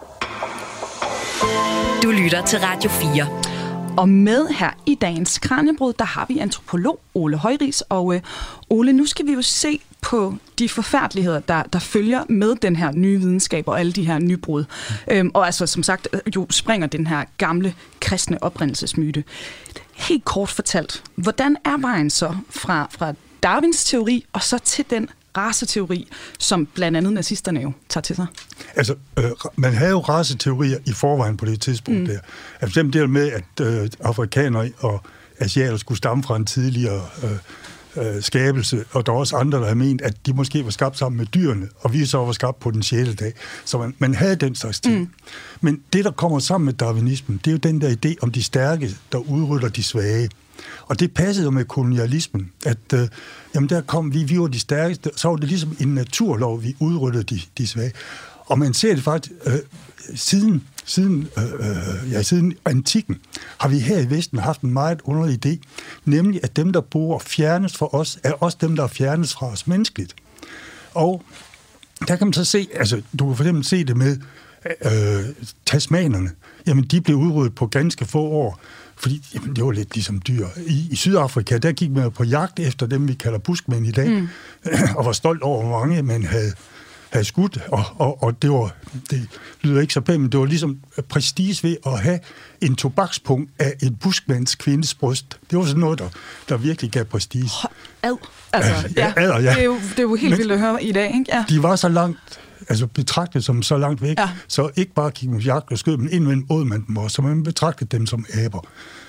Du lytter til Radio fire. Og med her i dagens Kraniebrud, der har vi antropolog Ole Højris. Og øh, Ole, nu skal vi jo se på de forfærdeligheder, der, der følger med den her nye videnskab og alle de her nybrud. Mm. Øhm, og altså, som sagt, jo springer den her gamle kristne oprindelsesmyte. Helt kort fortalt, hvordan er vejen så fra, fra Darwins teori og så til den raceteori, som blandt andet nazisterne jo tager til sig? Altså, øh, man havde jo raceteorier i forvejen på det tidspunkt mm. der. Altså dem der med, at øh, afrikanere og asiater skulle stamme fra en tidligere øh, øh, skabelse, og der var også andre, der havde ment, at de måske var skabt sammen med dyrene, og vi så var skabt på den sjette dag. Så man, man havde den slags ting. Mm. Men det, der kommer sammen med darwinismen, det er jo den der idé om de stærke, der udrydder de svage. Og det passede jo med kolonialismen, at øh, jamen der kom vi, vi var de stærkeste, så var det ligesom en naturlov, vi udryddede de, de svage. Og man ser det faktisk, øh, siden, siden, øh, ja, siden antikken, har vi her i Vesten haft en meget underlig idé, nemlig at dem, der bor fjernest fra os, er også dem, der er fjernest fra os menneskeligt. Og der kan man så se, altså du kan for eksempel se det med øh, tasmanerne. Jamen, de blev udryddet på ganske få år. fordi jamen, det var lidt ligesom dyr. I, i Sydafrika, der gik man på jagt efter dem, vi kalder buskmænd i dag, mm. og var stolt over, hvor mange man havde, havde skudt, og, og, og det var, det lyder ikke så pænt, men det var ligesom prestige ved at have en tobakspunkt af en buskmands kvindes bryst. Det var sådan noget, der, der virkelig gav prestige. Ad. Altså, ja. Ja, adder, ja. Det er jo, det er jo helt men, vildt at høre i dag, ikke? Ja. De var så langt, altså betragtet som så langt væk, ja. Så ikke bare gik man jagt og skød, men indvendt åd man dem også, så man betragtede dem som aber.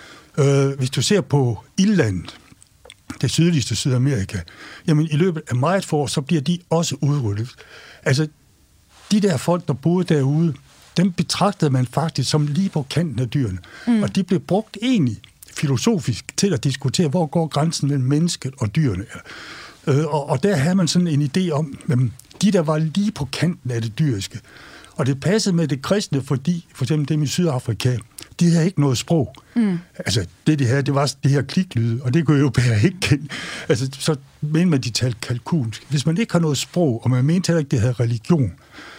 Øh, hvis du ser på Ildlandet, det sydligste Sydamerika, jamen i løbet af meget få år, så bliver de også udryddet. Altså, de der folk, der boede derude, dem betragtede man faktisk som lige på kanten af dyrene. Mm. Og de blev brugt egentlig filosofisk til at diskutere, hvor går grænsen mellem mennesket og dyrene. Øh, og, og der havde man sådan en idé om, jamen, de der var lige på kanten af det dyriske. Og det passede med det kristne, fordi for eksempel dem i Sydafrika, de havde ikke noget sprog. Mm. Altså, det de havde, det var det her kliklyde, og det kunne europæere ikke kende. Altså, så mente man, de talte kalkunsk. Hvis man ikke har noget sprog, og man mente heller ikke, det havde religion,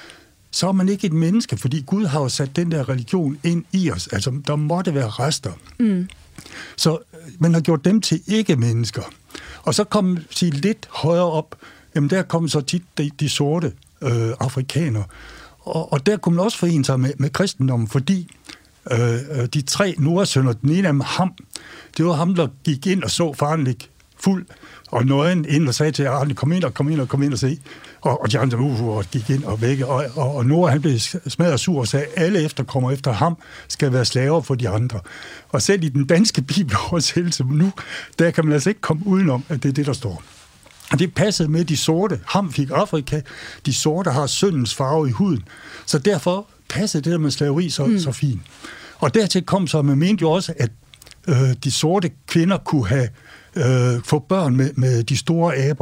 så er man ikke et menneske, fordi Gud har jo sat den der religion ind i os. Altså, der måtte være rester. Mm. Så man har gjort dem til ikke-mennesker. Og så kom de lidt højere op, jamen der kom så tit de, de sorte øh, afrikanere. Og, og der kunne man også forene sig med, med kristendommen, fordi øh, de tre nordsønner, den ene af dem, ham, det var ham, der gik ind og så faren ligge fuld og nøgen ind og sagde til Arne, kom ind og kom ind og kom ind og se. Og, og de andre uh, uh, gik ind og væk. Og, og, og Nora, han blev smadret sur og sagde, alle efterkommer efter ham skal være slaver for de andre. Og selv i den danske bibeloversættelse nu, der kan man altså ikke komme udenom, at det er det, der står. Og det passede med de sorte. Ham fik Afrika. De sorte har syndens farve i huden. Så derfor passede det der med slaveri så, mm. så fint. Og dertil kom så, man mente jo også, at øh, de sorte kvinder kunne have øh, få børn med, med de store aber.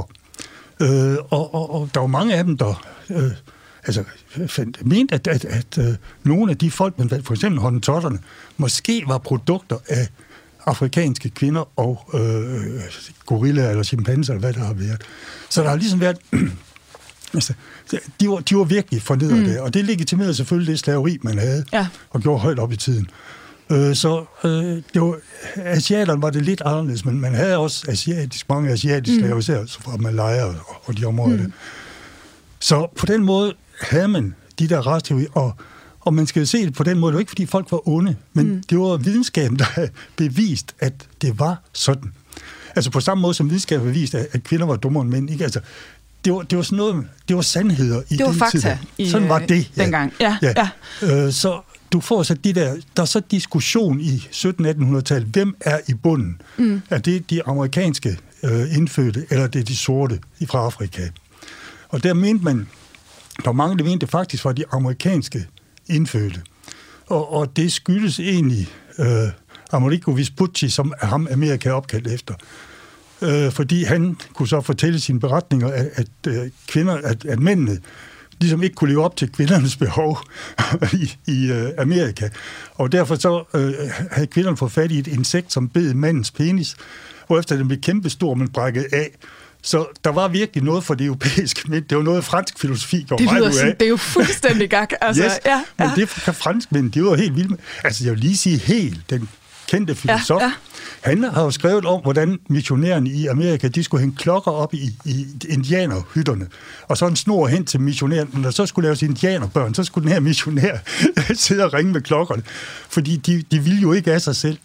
Øh, og, og, og der var mange af dem, der øh, altså, fandt, mente, at, at, at øh, nogle af de folk, man for eksempel hottentotterne, måske var produkter af afrikanske kvinder og øh, gorilla eller chimpanser, eller hvad der har været. Så der har ligesom været... altså, de, var, de var virkelig fornedret mm. der, og det legitimerede selvfølgelig det slaveri, man havde, ja. Og gjorde højt op i tiden. Øh, så øh, det var, asiaterne var det lidt anderledes, men man havde også asiatisk, mange asiatiske slaver, især mm. fra Malaya og, og de områder. Mm. Så på den måde havde man de der rasteorier, og Og man skal se det på den måde, det var ikke fordi folk var onde, men mm. det var videnskaben, der havde bevist, at det var sådan. Altså på samme måde som videnskaben har bevist, at kvinder var dummere end mænd. Ikke? Altså, det, var, det var sådan noget, det var sandheder i det var den fakta tid. i, sådan var det. Ja. Dengang. Ja, ja. Ja. Øh, så du får så de der, der er så diskussion i sytten-attenhundredetallet, hvem er i bunden? Mm. Er det de amerikanske øh, indfødte, eller det er de sorte fra Afrika? Og der mente man, der var mange, der mente det faktisk var de amerikanske indfødte. Og, og det skyldes egentlig øh, Amerigo Vespucci, som er ham Amerika opkaldt efter. Øh, fordi han kunne så fortælle sine beretninger, at, at, at, kvinder, at, at mændene ligesom ikke kunne leve op til kvindernes behov i, i uh, Amerika. Og derfor så øh, havde kvinderne fået fat i et insekt, som bed mandens penis, hvorefter den blev kæmpestor, men brækket af. Så der var virkelig noget for det europæiske, men det var noget fransk filosofi, går meget ud af. Sådan, det er jo fuldstændig gak. Altså, yes, ja, ja. Men det kan franskmænd, det var helt vildt med. Altså, jeg vil lige sige helt, den kendte filosof, ja, ja. Han har jo skrevet om, hvordan missionærerne i Amerika, de skulle hænge klokker op i, i indianerhytterne, og så en snor hen til missionæren, når så skulle laves indianerbørn, så skulle den her missionær sidde og ringe med klokkerne, fordi de, de ville jo ikke af sig selv.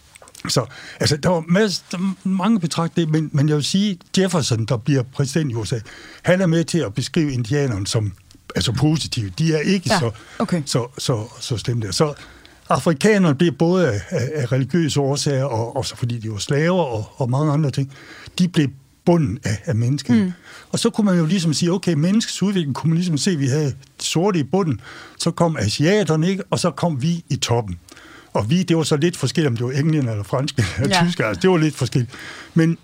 Så, altså, der var masser, der mange betragtede, men, men jeg vil sige, Jefferson, der bliver præsident i U S A, han er med til at beskrive indianerne som altså positive. De er ikke ja, så, okay. så, så, så slemme der. Så afrikanerne blev både af, af, af religiøse årsager, og også fordi de var slaver, og, og mange andre ting, de blev bunden af, af mennesket. Mm. Og så kunne man jo ligesom sige, okay, menneskets udvikling kunne man ligesom se, at vi havde sorte i bunden, så kom asiaterne, ikke, og så kom vi i toppen. Og vi, det var så lidt forskelligt, om det var englænder eller fransk eller ja. tysker, altså det var lidt forskelligt. Men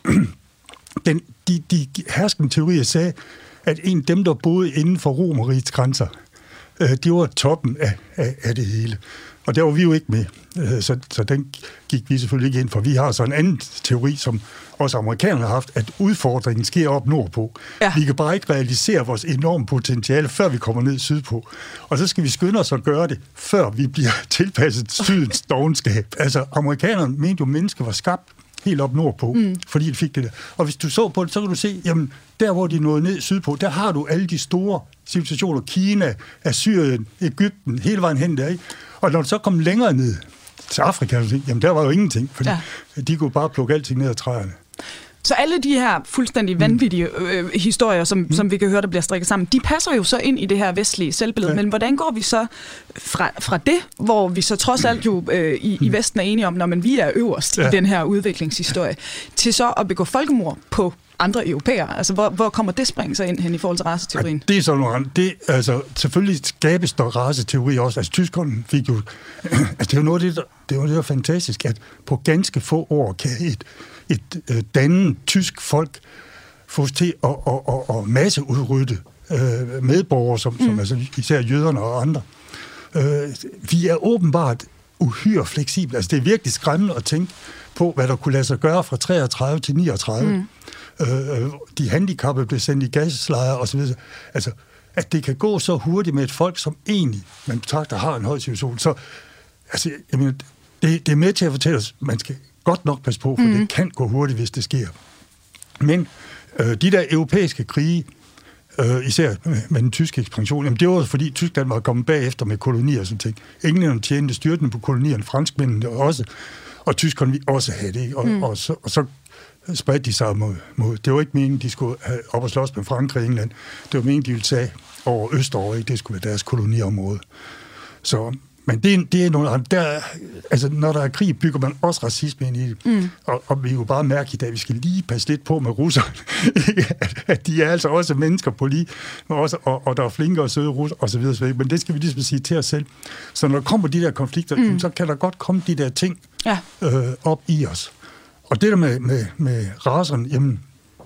den, de, de herskende teorier sagde, at en af dem, der boede inden for Romerrigets grænser, øh, det var toppen af, af, af det hele. Og der var vi jo ikke med, så, så den gik vi selvfølgelig ikke ind for. Vi har så en anden teori, som også amerikanerne har haft, at udfordringen sker op nordpå. Ja. Vi kan bare ikke realisere vores enorme potentiale, før vi kommer ned sydpå. Og så skal vi skynde os at gøre det, før vi bliver tilpasset sydens dovenskab. Altså, amerikanerne mente jo, at mennesker var skabt helt op nordpå, mm. fordi de fik det der. Og hvis du så på det, så kan du se, jamen, der hvor de nåede ned sydpå, der har du alle de store civilisationer, Kina, Assyrien, Egypten, hele vejen hen der, ikke? Og når du så kom længere ned til Afrika, jamen der var jo ingenting, fordi ja. de kunne bare plukke alting ned af træerne. Så alle de her fuldstændig vanvittige øh, historier, som, mm. som vi kan høre, der bliver strikket sammen, de passer jo så ind i det her vestlige selvbillede. Ja. Men hvordan går vi så fra, fra det, hvor vi så trods alt jo øh, i, i Vesten er enige om, når man vi er øverst ja. i den her udviklingshistorie, til så at begå folkemord på andre europæere? Altså, hvor, hvor kommer det spring så ind hen i forhold til raceteorien? Ja, det er sådan noget. Det, altså, selvfølgelig skabes der raceteori også. Altså, tyskerne fik jo... altså, det er jo noget af det, der, det er jo det, der er fantastisk, at på ganske få år kan et, et øh, dannet tysk folk fås til at, at, at, at masseudrydde øh, medborgere, som, mm. som altså, især jøderne og andre. Øh, vi er åbenbart uhyre fleksible. Altså, det er virkelig skræmmende at tænke på, hvad der kunne lade sig gøre fra treogtredive til niogtredive. Mm. Øh, de handicappede blev sendt i gaslejre og så videre. Altså, at det kan gå så hurtigt med et folk, som egentlig, man betragter, har en høj situation. Så, altså, jeg mener, det, det er med til at fortælle os, man skal godt nok passe på, for mm. det kan gå hurtigt, hvis det sker. Men øh, de der europæiske krige, øh, især med, med den tyske ekspansion, jamen det var fordi Tyskland var kommet bagefter med kolonier og sådan ting. Englænderne tjente styrtende på kolonierne, franskmændene også, og tyskerne vi også have det, og, mm. og, så, og så spredte de sig mod, mod. Det var ikke meningen, de skulle have op og slås med Frankrig og England. Det var meningen, de ville tage over Østover, ikke? Det skulle være deres koloniområde. Så, men det, det er nogle der, altså når der er krig, bygger man også racisme ind i det. Mm. Og, og vi er jo bare mærke i dag, at vi skal lige passe lidt på med russerne. at, at de er altså også mennesker på lige, også, og, og der er flinke og søde russer og så videre, så videre. Men det skal vi ligesom sige til os selv. Så når der kommer de der konflikter, mm. så kan der godt komme de der ting ja. øh, op i os. Og det der med, med, med racerne, jamen,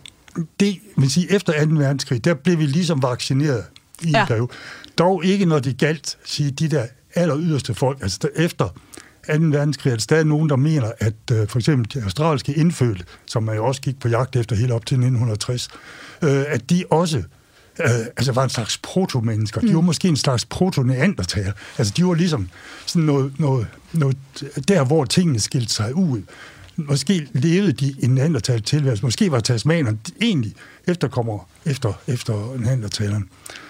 det vil sige, efter anden verdenskrig, der blev vi ligesom vaccineret i en ja. periode. Dog ikke, når det galt, sige, de der aller yderste folk, altså der, efter anden verdenskrig, er der stadig nogen, der mener, at uh, for eksempel de australske indfødte, som man jo også gik på jagt efter helt op til nitten tres, uh, at de også uh, altså var en slags proto-mennesker. Mm. De var måske en slags proto-neandertaler. Altså de var ligesom sådan noget, noget, noget der, hvor tingene skilte sig ud. Måske levede de en neandertal tilværelse. Måske var tasmanerne egentlig efterkommer efter, efter neandertaleren.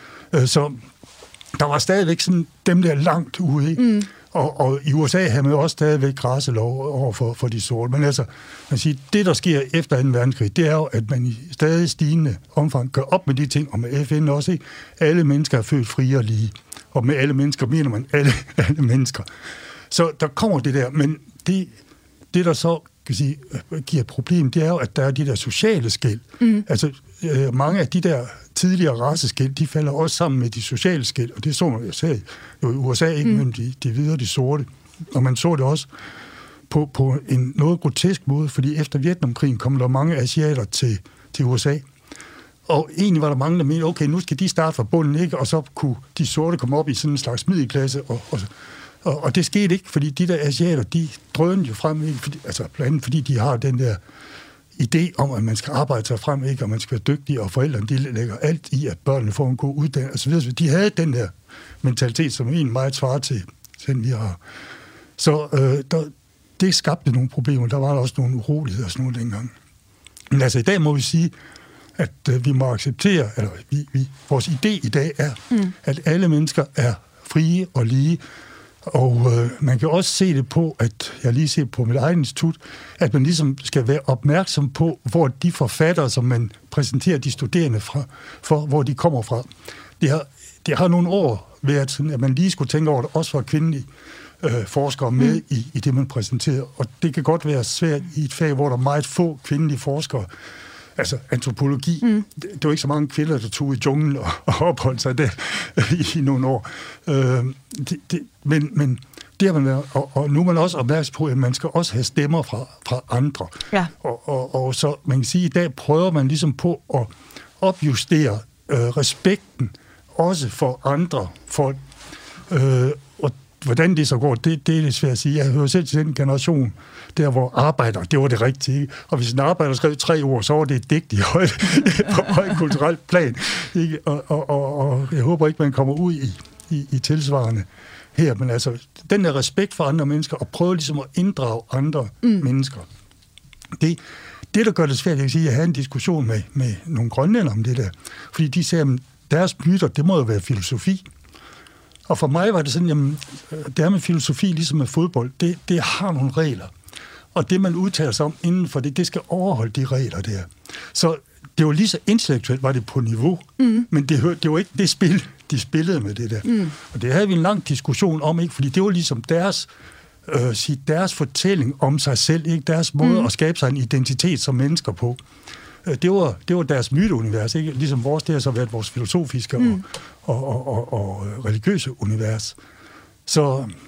Så der var stadigvæk sådan dem der langt ude. Mm. Og, og i U S A havde man også stadigvæk racelov over for, for de sorte. Men altså, man siger, det der sker efter anden verdenskrig, det er jo, at man i stadig stigende omfang gør op med de ting, og med F N også, ikke? Alle mennesker er født frie og lige. Og med alle mennesker mener man alle, alle mennesker. Så der kommer det der, men det, det der så kan sige, giver et problem, det er jo, at der er de der sociale skel. Mm. Altså, øh, mange af de der tidligere raceskel, de falder også sammen med de sociale skel, og det så man jo selv i U S A, ikke, mm. mellem de, de hvide og de sorte. Og man så det også på, på en noget grotesk måde, fordi efter Vietnamkrigen kom der mange asiater til, til U S A. Og egentlig var der mange, der mente, okay, nu skal de starte fra bunden, ikke? Og så kunne de sorte komme op i sådan en slags middelklasse, og, og Og, og det skete ikke, fordi de der asiater, de drønede jo frem, ikke? Fordi, altså blandt andet fordi de har den der idé om, at man skal arbejde sig frem, ikke? Og man skal være dygtig, og forældrene, de lægger alt i, at børnene får en god uddannelse, og så videre. De havde den der mentalitet, som en meget svarer til, den vi har. Så øh, der, det skabte nogle problemer. Der var der også nogle uroligheder og sådan noget dengang. Men altså i dag må vi sige, at øh, vi må acceptere, eller vi, vi, vores idé i dag er, mm. at alle mennesker er frie og lige. Og øh, man kan også se det på, at jeg lige ser på mit eget institut, at man ligesom skal være opmærksom på, hvor de forfattere, som man præsenterer de studerende fra, for, hvor de kommer fra. Det har, det har nogle år været sådan, at man lige skulle tænke over det, også for kvindelige øh, forskere med mm. i, i det, man præsenterer. Og det kan godt være svært i et fag, hvor der er meget få kvindelige forskere. Altså antropologi. Mm. Det, det var ikke så mange kvinder, der tog i junglen og, og opholdt sig der i, i nogle år. Øh, det, det, men, men det har man været, og, og nu er man også opmærksom på, at man skal også have stemmer fra, fra andre. Ja. Og, og, og så man kan sige, at i dag prøver man ligesom på at opjustere øh, respekten også for andre folk. Øh, og hvordan det så går, det, det er det svært at sige. Jeg hører selv til den generation, der hvor arbejder, det var det rigtige. Og hvis en arbejder skrev tre ord, så var det et digt i højt, på højt kulturelt plan. Ikke? Og, og, og, og jeg håber ikke, man kommer ud i, i, i tilsvarende her. Men altså, den der respekt for andre mennesker, og prøve ligesom at inddrage andre mm. mennesker. Det, det, der gør det svært, jeg kan sige, at have en diskussion med, med nogle grønlændere om det der. Fordi de siger, at deres myter, det må jo være filosofi. Og for mig var det sådan, jamen, det er med filosofi, ligesom med fodbold, det, det har nogle regler. Og det, man udtaler sig om inden for det, det skal overholde de regler der. Så det var lige så intellektuelt, var det på niveau, mm. men det, det var ikke det spil, de spillede med det der. Mm. Og det havde vi en lang diskussion om, ikke? Fordi det var ligesom deres, øh, sige, deres fortælling om sig selv, ikke? Deres måde mm. at skabe sig en identitet som mennesker på. Det var, det var deres myteunivers, ikke? Ligesom vores, det har så været vores filosofiske mm. og, og, og, og religiøse univers. Så,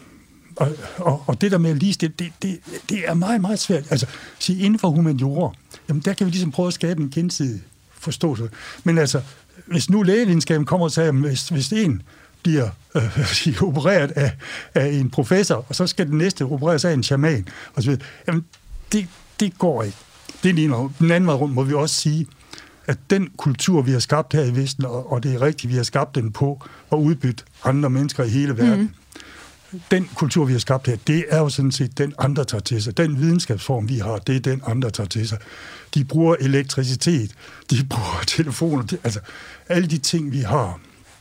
og, og, og det der med at ligestille, det, det, det er meget, meget svært. Altså, sige, inden for humaniora, jamen der kan vi ligesom prøve at skabe en gensidig forståelse. Men altså, hvis nu lægevidenskaben kommer og siger, at hvis, hvis en bliver øh, sige, opereret af, af en professor, og så skal den næste opereres af en shaman, og så videre, jamen det, det går ikke. Det er lige noget. Den anden vej rundt må vi også sige, at den kultur, vi har skabt her i Vesten, og, og det er rigtigt, vi har skabt den på at udbytte andre mennesker i hele verden. Mm. Den kultur, vi har skabt her, det er jo sådan set den, andre tager til sig. Den videnskabsform, vi har, det er den, andre tager til sig. De bruger elektricitet, de bruger telefoner, de, altså alle de ting, vi har,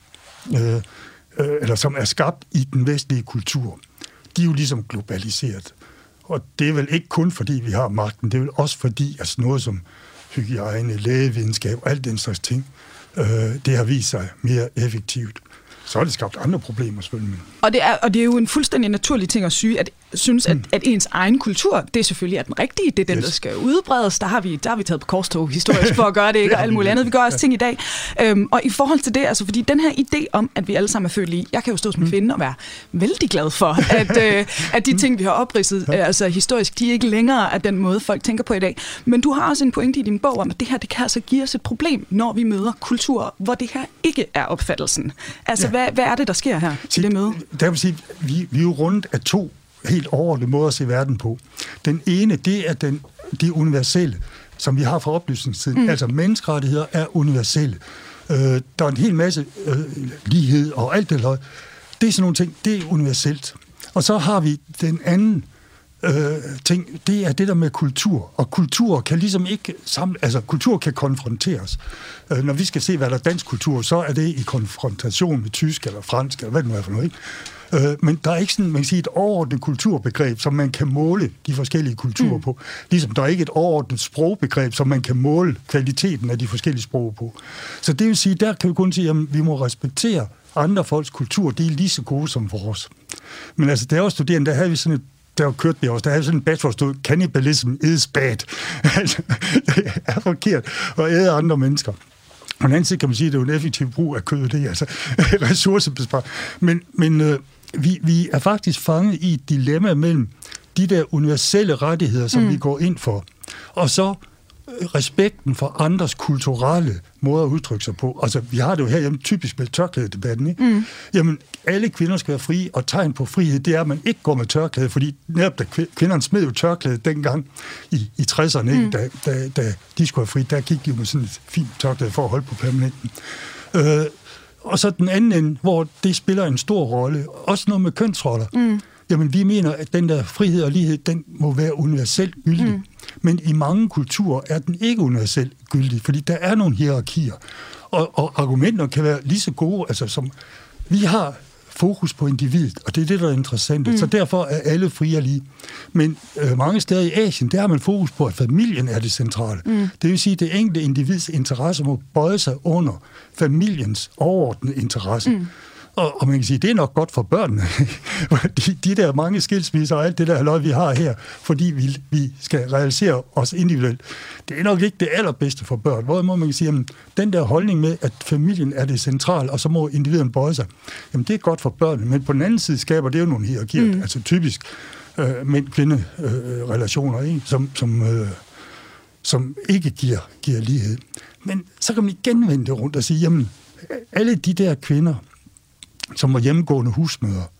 øh, øh, eller som er skabt i den vestlige kultur, de er jo ligesom globaliseret. Og det er vel ikke kun fordi, vi har magten, det er vel også fordi, at noget som hygiejne, lægevidenskab og alt den slags ting, øh, det har vist sig mere effektivt. Så har det skabt andre problemer, selvfølgelig. Og det er, og det er jo en fuldstændig naturlig ting at syge, at synes, at, at ens egen kultur, det selvfølgelig er den rigtige, det er den, yes. der skal udbredes. Der har vi, der har vi taget på korstog historisk for at gøre det, ikke? Og alt muligt andet. Vi gør også ting i dag. Øhm, og i forhold til det, altså fordi den her idé om, at vi alle sammen er født lige, jeg kan jo stå som mm. kvinde og være vældig glad for, at, øh, at de ting, vi har opridset, øh, altså historisk, de er ikke længere af den måde, folk tænker på i dag. Men du har også en pointe i din bog om, at det her, det kan altså give os et problem, når vi møder kulturer, hvor det her ikke er opfattelsen. Altså, ja. hvad, hvad er det, der sker her til det møde? Der vil sige, vi, vi er jo rundt af to helt overordnede måder at se verden på. Den ene, det er den, det universelle, som vi har fra oplysningstiden. Mm. Altså, menneskerettigheder er universelle. Øh, der er en hel masse øh, lighed og alt det der. Det er sådan nogle ting, det er universelt. Og så har vi den anden øh, ting, det er det der med kultur. Og kultur kan ligesom ikke samle, altså kultur kan konfronteres. Øh, når vi skal se, hvad der er dansk kultur, så er det i konfrontation med tysk eller fransk, eller hvad det nu er for noget, ikke? Men der er ikke sådan, man kan sige, et overordnet kulturbegreb, som man kan måle de forskellige kulturer mm. på. Ligesom der er ikke et overordnet sprogbegreb, som man kan måle kvaliteten af de forskellige sprog på. Så det vil sige, der kan vi kun sige, at vi må respektere andre folks kultur. De er lige så gode som vores. Men altså, da jeg var studerende, der havde vi sådan et der kørte vi også, der havde sådan en bachelor, stod, cannibalism is bad. Altså, det er forkert at æde andre mennesker. På den anden side kan man sige, at det er jo en effektiv brug af kød, det er altså ressourcebesparelse. Men, men øh, vi, vi er faktisk fanget i et dilemma mellem de der universelle rettigheder, som mm. vi går ind for, og så respekten for andres kulturelle måder at udtrykke sig på. Altså, vi har det jo her hjemme typisk med tørklædedebatten, ikke? Mm. Jamen, alle kvinder skal være frie, og tegn på frihed, det er, at man ikke går med tørklæde, fordi netop da kvinderne smed jo tørklæde dengang i, i tresserne, mm. da, da, da de skulle være frie, der gik de jo med sådan et fint tørklæde for at holde på permanenten. Øh, og så den anden ende, hvor det spiller en stor rolle, også noget med kønsroller. Mm. Jamen, vi mener, at den der frihed og lighed, den må være universelt gyldig. Mm. Men i mange kulturer er den ikke universelt gyldig, fordi der er nogle hierarkier. Og, og argumenter kan være lige så gode, altså som vi har fokus på individet, og det er det, der er interessant. Mm. Så derfor er alle frie og lige. Men øh, mange steder i Asien, der har man fokus på, at familien er det centrale. Mm. Det vil sige, at det enkelte individs interesse må bøje sig under familiens overordnede interesse. Mm. Og, og man kan sige, det er nok godt for børnene. de, de der mange skilsmisser og alt det der halløj, vi har her, fordi vi, vi skal realisere os individuelt, det er nok ikke det allerbedste for børn. Hvor må man sige, jamen, den der holdning med, at familien er det centrale, og så må individerne bøje sig, jamen det er godt for børnene, men på den anden side skaber det jo nogle hierarkier, mm. altså typisk øh, mænd-kvinde-relationer, øh, som, som, øh, som ikke giver, giver lighed. Men så kan man igen vende det rundt og sige, jamen alle de der kvinder, som var hjemmegående husmødre,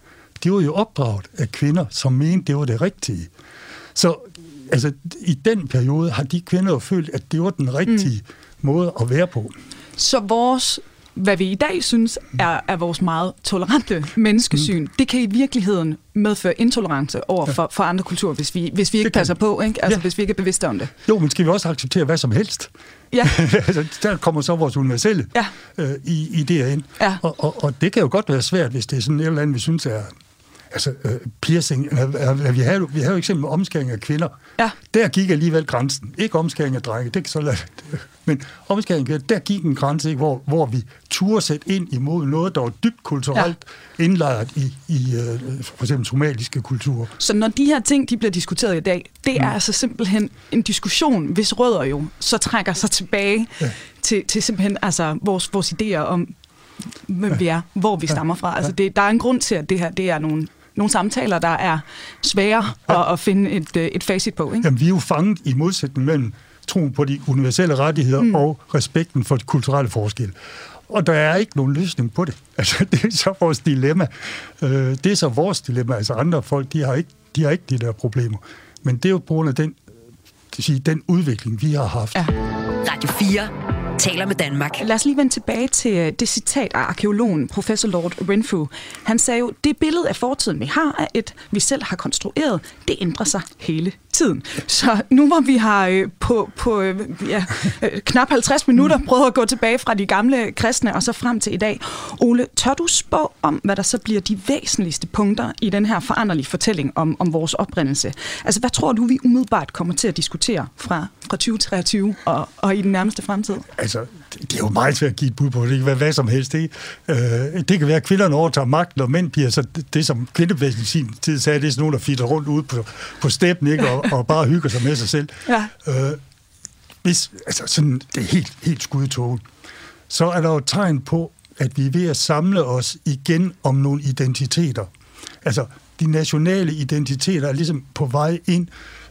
de var jo opdraget af kvinder, som mente, det var det rigtige. Så altså, i den periode har de kvinder jo følt, at det var den rigtige mm. måde at være på. Så vores, hvad vi i dag synes, er, er vores meget tolerante menneskesyn, mm. det kan i virkeligheden medføre intolerance over for, for andre kulturer, hvis vi, hvis vi ikke passer på, ikke? Altså, ja. Hvis vi ikke er bevidste om det. Jo, men skal vi også acceptere hvad som helst? Ja. Altså, der kommer så vores universelle ja. øh, i, i det ind. Ja. Og, og, og det kan jo godt være svært, hvis det er sådan et eller andet, vi synes er altså øh, piercing. Eller, vi har jo vi har jo eksempel omskæring af kvinder. Ja. Der gik alligevel grænsen. Ikke omskæring af drenge, det kan så lade, men omskæring af kvinder, der gik en grænse, ikke, hvor, hvor vi turde sætte ind imod noget, der var dybt kulturelt ja. indlejret i, i øh, for eksempel somaliske kulturer. Så når de her ting, de bliver diskuteret i dag, det er mm. altså simpelthen en diskussion, hvis rødder jo så trækker sig tilbage ja. til, til simpelthen altså, vores, vores idéer om, hvem ja. vi er, hvor vi stammer fra. Altså, det, der er en grund til, at det her det er nogle nogle samtaler, der er svære ja. at, at finde et, et facit på. Ikke? Jamen, vi er jo fanget i modsætning mellem troen på de universelle rettigheder mm. og respekten for de kulturelle forskelle. Og der er ikke nogen løsning på det. Altså, det er så vores dilemma. Det er så vores dilemma. Altså, andre folk, de har ikke de, har ikke de der problemer. Men det er jo på grund af den, sige, den udvikling, vi har haft. Ja. Radio fire taler med Danmark. Lad os lige vende tilbage til det citat af arkeologen, professor Lord Renfrew. Han sagde jo, det billede af fortiden, vi har, er et, vi selv har konstrueret, det ændrer sig hele tiden. Så nu hvor vi har øh, på, på øh, ja, øh, knap halvtreds minutter prøvet at gå tilbage fra de gamle kristne og så frem til i dag. Ole, tør du spå om, hvad der så bliver de væsentligste punkter i den her foranderlige fortælling om, om vores oprindelse? Altså, hvad tror du, vi umiddelbart kommer til at diskutere fra, fra tyve treogtyve og, og i den nærmeste fremtid? Altså, det er jo meget svært at give et bud på. Det kan være hvad som helst. Det, øh, det kan være, at kvinderne overtager magten, og mænd bliver så det, det som kvindebevægelsen i sin tid sagde, det er sådan nogen, der fitter rundt ude på, på steppen, ikke? Og, og bare hygger sig med sig selv. Ja. Øh, hvis, altså sådan, det er helt, helt skudtåget. Så er der jo tegn på, at vi er ved at samle os igen om nogle identiteter. Altså, de nationale identiteter er ligesom på vej ind.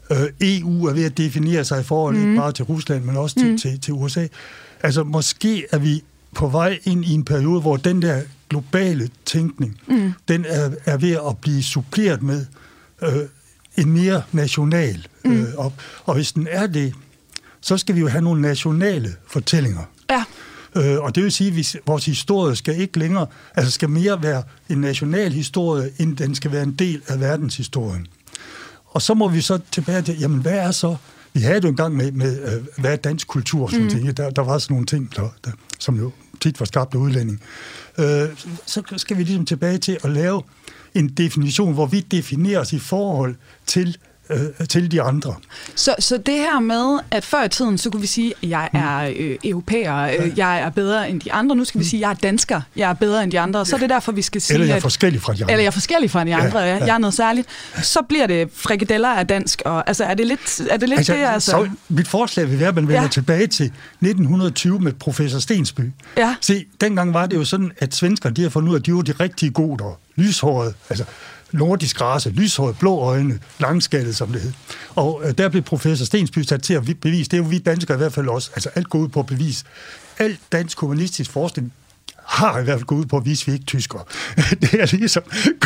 E U er ved at definere sig i forhold mm. ikke bare til Rusland, men også til, mm. til, til U S A. Altså, måske er vi på vej ind i en periode, hvor den der globale tænkning, mm. den er, er ved at blive suppleret med øh, en mere national. Mm. Øh, og, og hvis den er det, så skal vi jo have nogle nationale fortællinger. Ja. Øh, og det vil sige, at vores historie skal ikke længere, altså skal mere være en national historie, end den skal være en del af verdenshistorien. Og så må vi så tilbage til, jamen hvad er så? Vi havde det jo engang med, med øh, hvad er dansk kultur, sådan mm. ting. Der, der var sådan nogle ting, der, der, som jo tit var skabt af udlænding. Øh, så skal vi ligesom tilbage til at lave en definition, hvor vi definerer os i forhold til øh, til de andre. Så, så det her med, at før i tiden, så kunne vi sige, at jeg er øh, europæer, øh, jeg er bedre end de andre. Nu skal vi sige, at jeg er dansker, jeg er bedre end de andre. Så er det derfor, vi skal sige, eller jeg er at, forskellig fra de andre. Eller jeg er forskellig fra de andre, ja, ja. Jeg er noget særligt. Så bliver det frikadeller af dansk. Og, altså, er det lidt, er det, lidt altså, det? Altså? Så mit forslag vil være, at man vender ja. tilbage til nitten tyve med professor Stensby. Ja. Se, dengang var det jo sådan, at svenskerne, de har fundet ud af, at de var de rigtige goder, lyshårede, altså nordisk race, lyshåret, blå øjne, langskaldet, som det hed. Og øh, der blev professor Stensby sat til at bevise, det er jo vi danskere i hvert fald også, altså alt går ud på at bevise. Alt dansk kommunistisk forskning har i hvert fald gået ud på at vise, at vi ikke tyskere. Det er ligesom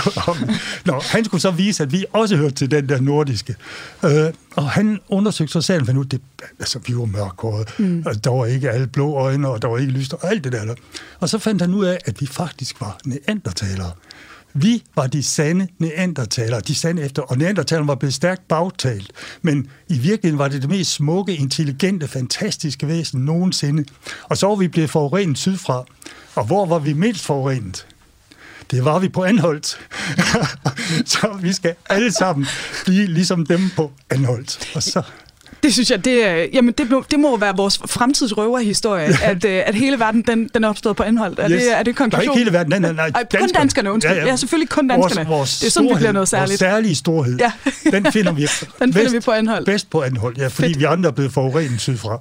Nå, han skulle så vise, at vi også hørte til den der nordiske. Øh, og han undersøgte så sagen, for det, altså vi var mørkhårede, mm. og der var ikke alle blå øjne, og der var ikke lyst, og alt det der. Og så fandt han ud af, at vi faktisk var neandertalere. Vi var de sande neandertalere, de sande efter, og neandertalerne var blevet stærkt bagtalt, men i virkeligheden var det det mest smukke, intelligente, fantastiske væsen nogensinde. Og så var vi blevet forurenet sydfra. Og hvor var vi mindst forurenet? Det var vi på Anholt. Så vi skal alle sammen blive ligesom dem på Anholt. Og så... Det synes jeg, det, jamen det, det må være vores fremtidsrøverhistorie, at, at hele verden, den, den er opstået på Anholt. Er, yes. det, er det konklusion? Nej, ikke hele verden. Nej, nej, nej, Ej, kun danskerne, undskyld. Ja, ja. ja, selvfølgelig kun danskerne. Vores, vores det er sådan, vi bliver noget særligt. Vores særlige storhed, ja. den finder vi, den bedst, finder vi på Anholt. Bedst på Anholt, ja, fordi Fedt. vi andre er blevet forurenet sydfra.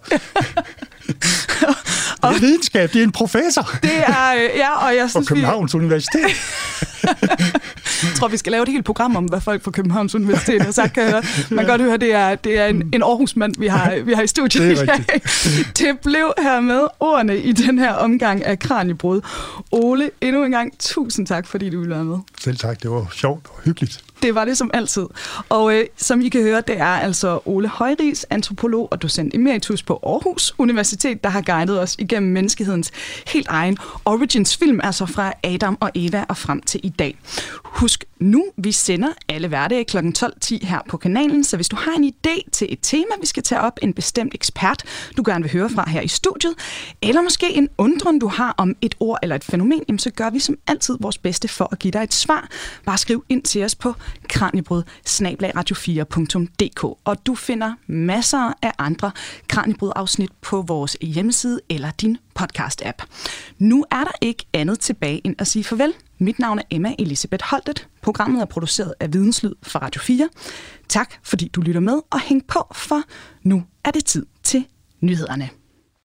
Og det er videnskab, det er en professor. Det er, ja, og jeg synes, og Københavns vi... Universitet. Jeg tror, vi skal lave et helt program om, hvad folk fra Københavns Universitet har sagt. Kan man kan godt høre, det er, det er en, en Aarhus-mand, vi har, vi har i studiet. Det er rigtigt. Det blev her med ordene i den her omgang af Kraniebrud. Ole, endnu en gang tusind tak, fordi du ville være med. Selv tak, det var sjovt og hyggeligt. Det var det som altid. Og øh, som I kan høre, det er altså Ole Højris, antropolog og docent emeritus på Aarhus Universitet, der har guidet os igennem menneskehedens helt egen origins-film, altså fra Adam og Eva og frem til i dag. Husk nu, vi sender alle hverdage klokken tolv ti her på kanalen, så hvis du har en idé til et tema, vi skal tage op, en bestemt ekspert, du gerne vil høre fra her i studiet, eller måske en undren, du har om et ord eller et fænomen, jamen så gør vi som altid vores bedste for at give dig et svar. Bare skriv ind til os på kraniebrud snabel-a radio fire punktum d k, og du finder masser af andre Kraniebrud-afsnit på vores hjemmeside eller din podcast-app. Nu er der ikke andet tilbage end at sige farvel. Mit navn er Emma Elisabeth Holtet. Programmet er produceret af Videnslyd for Radio fire. Tak fordi du lytter med, og hæng på, for nu er det tid til nyhederne.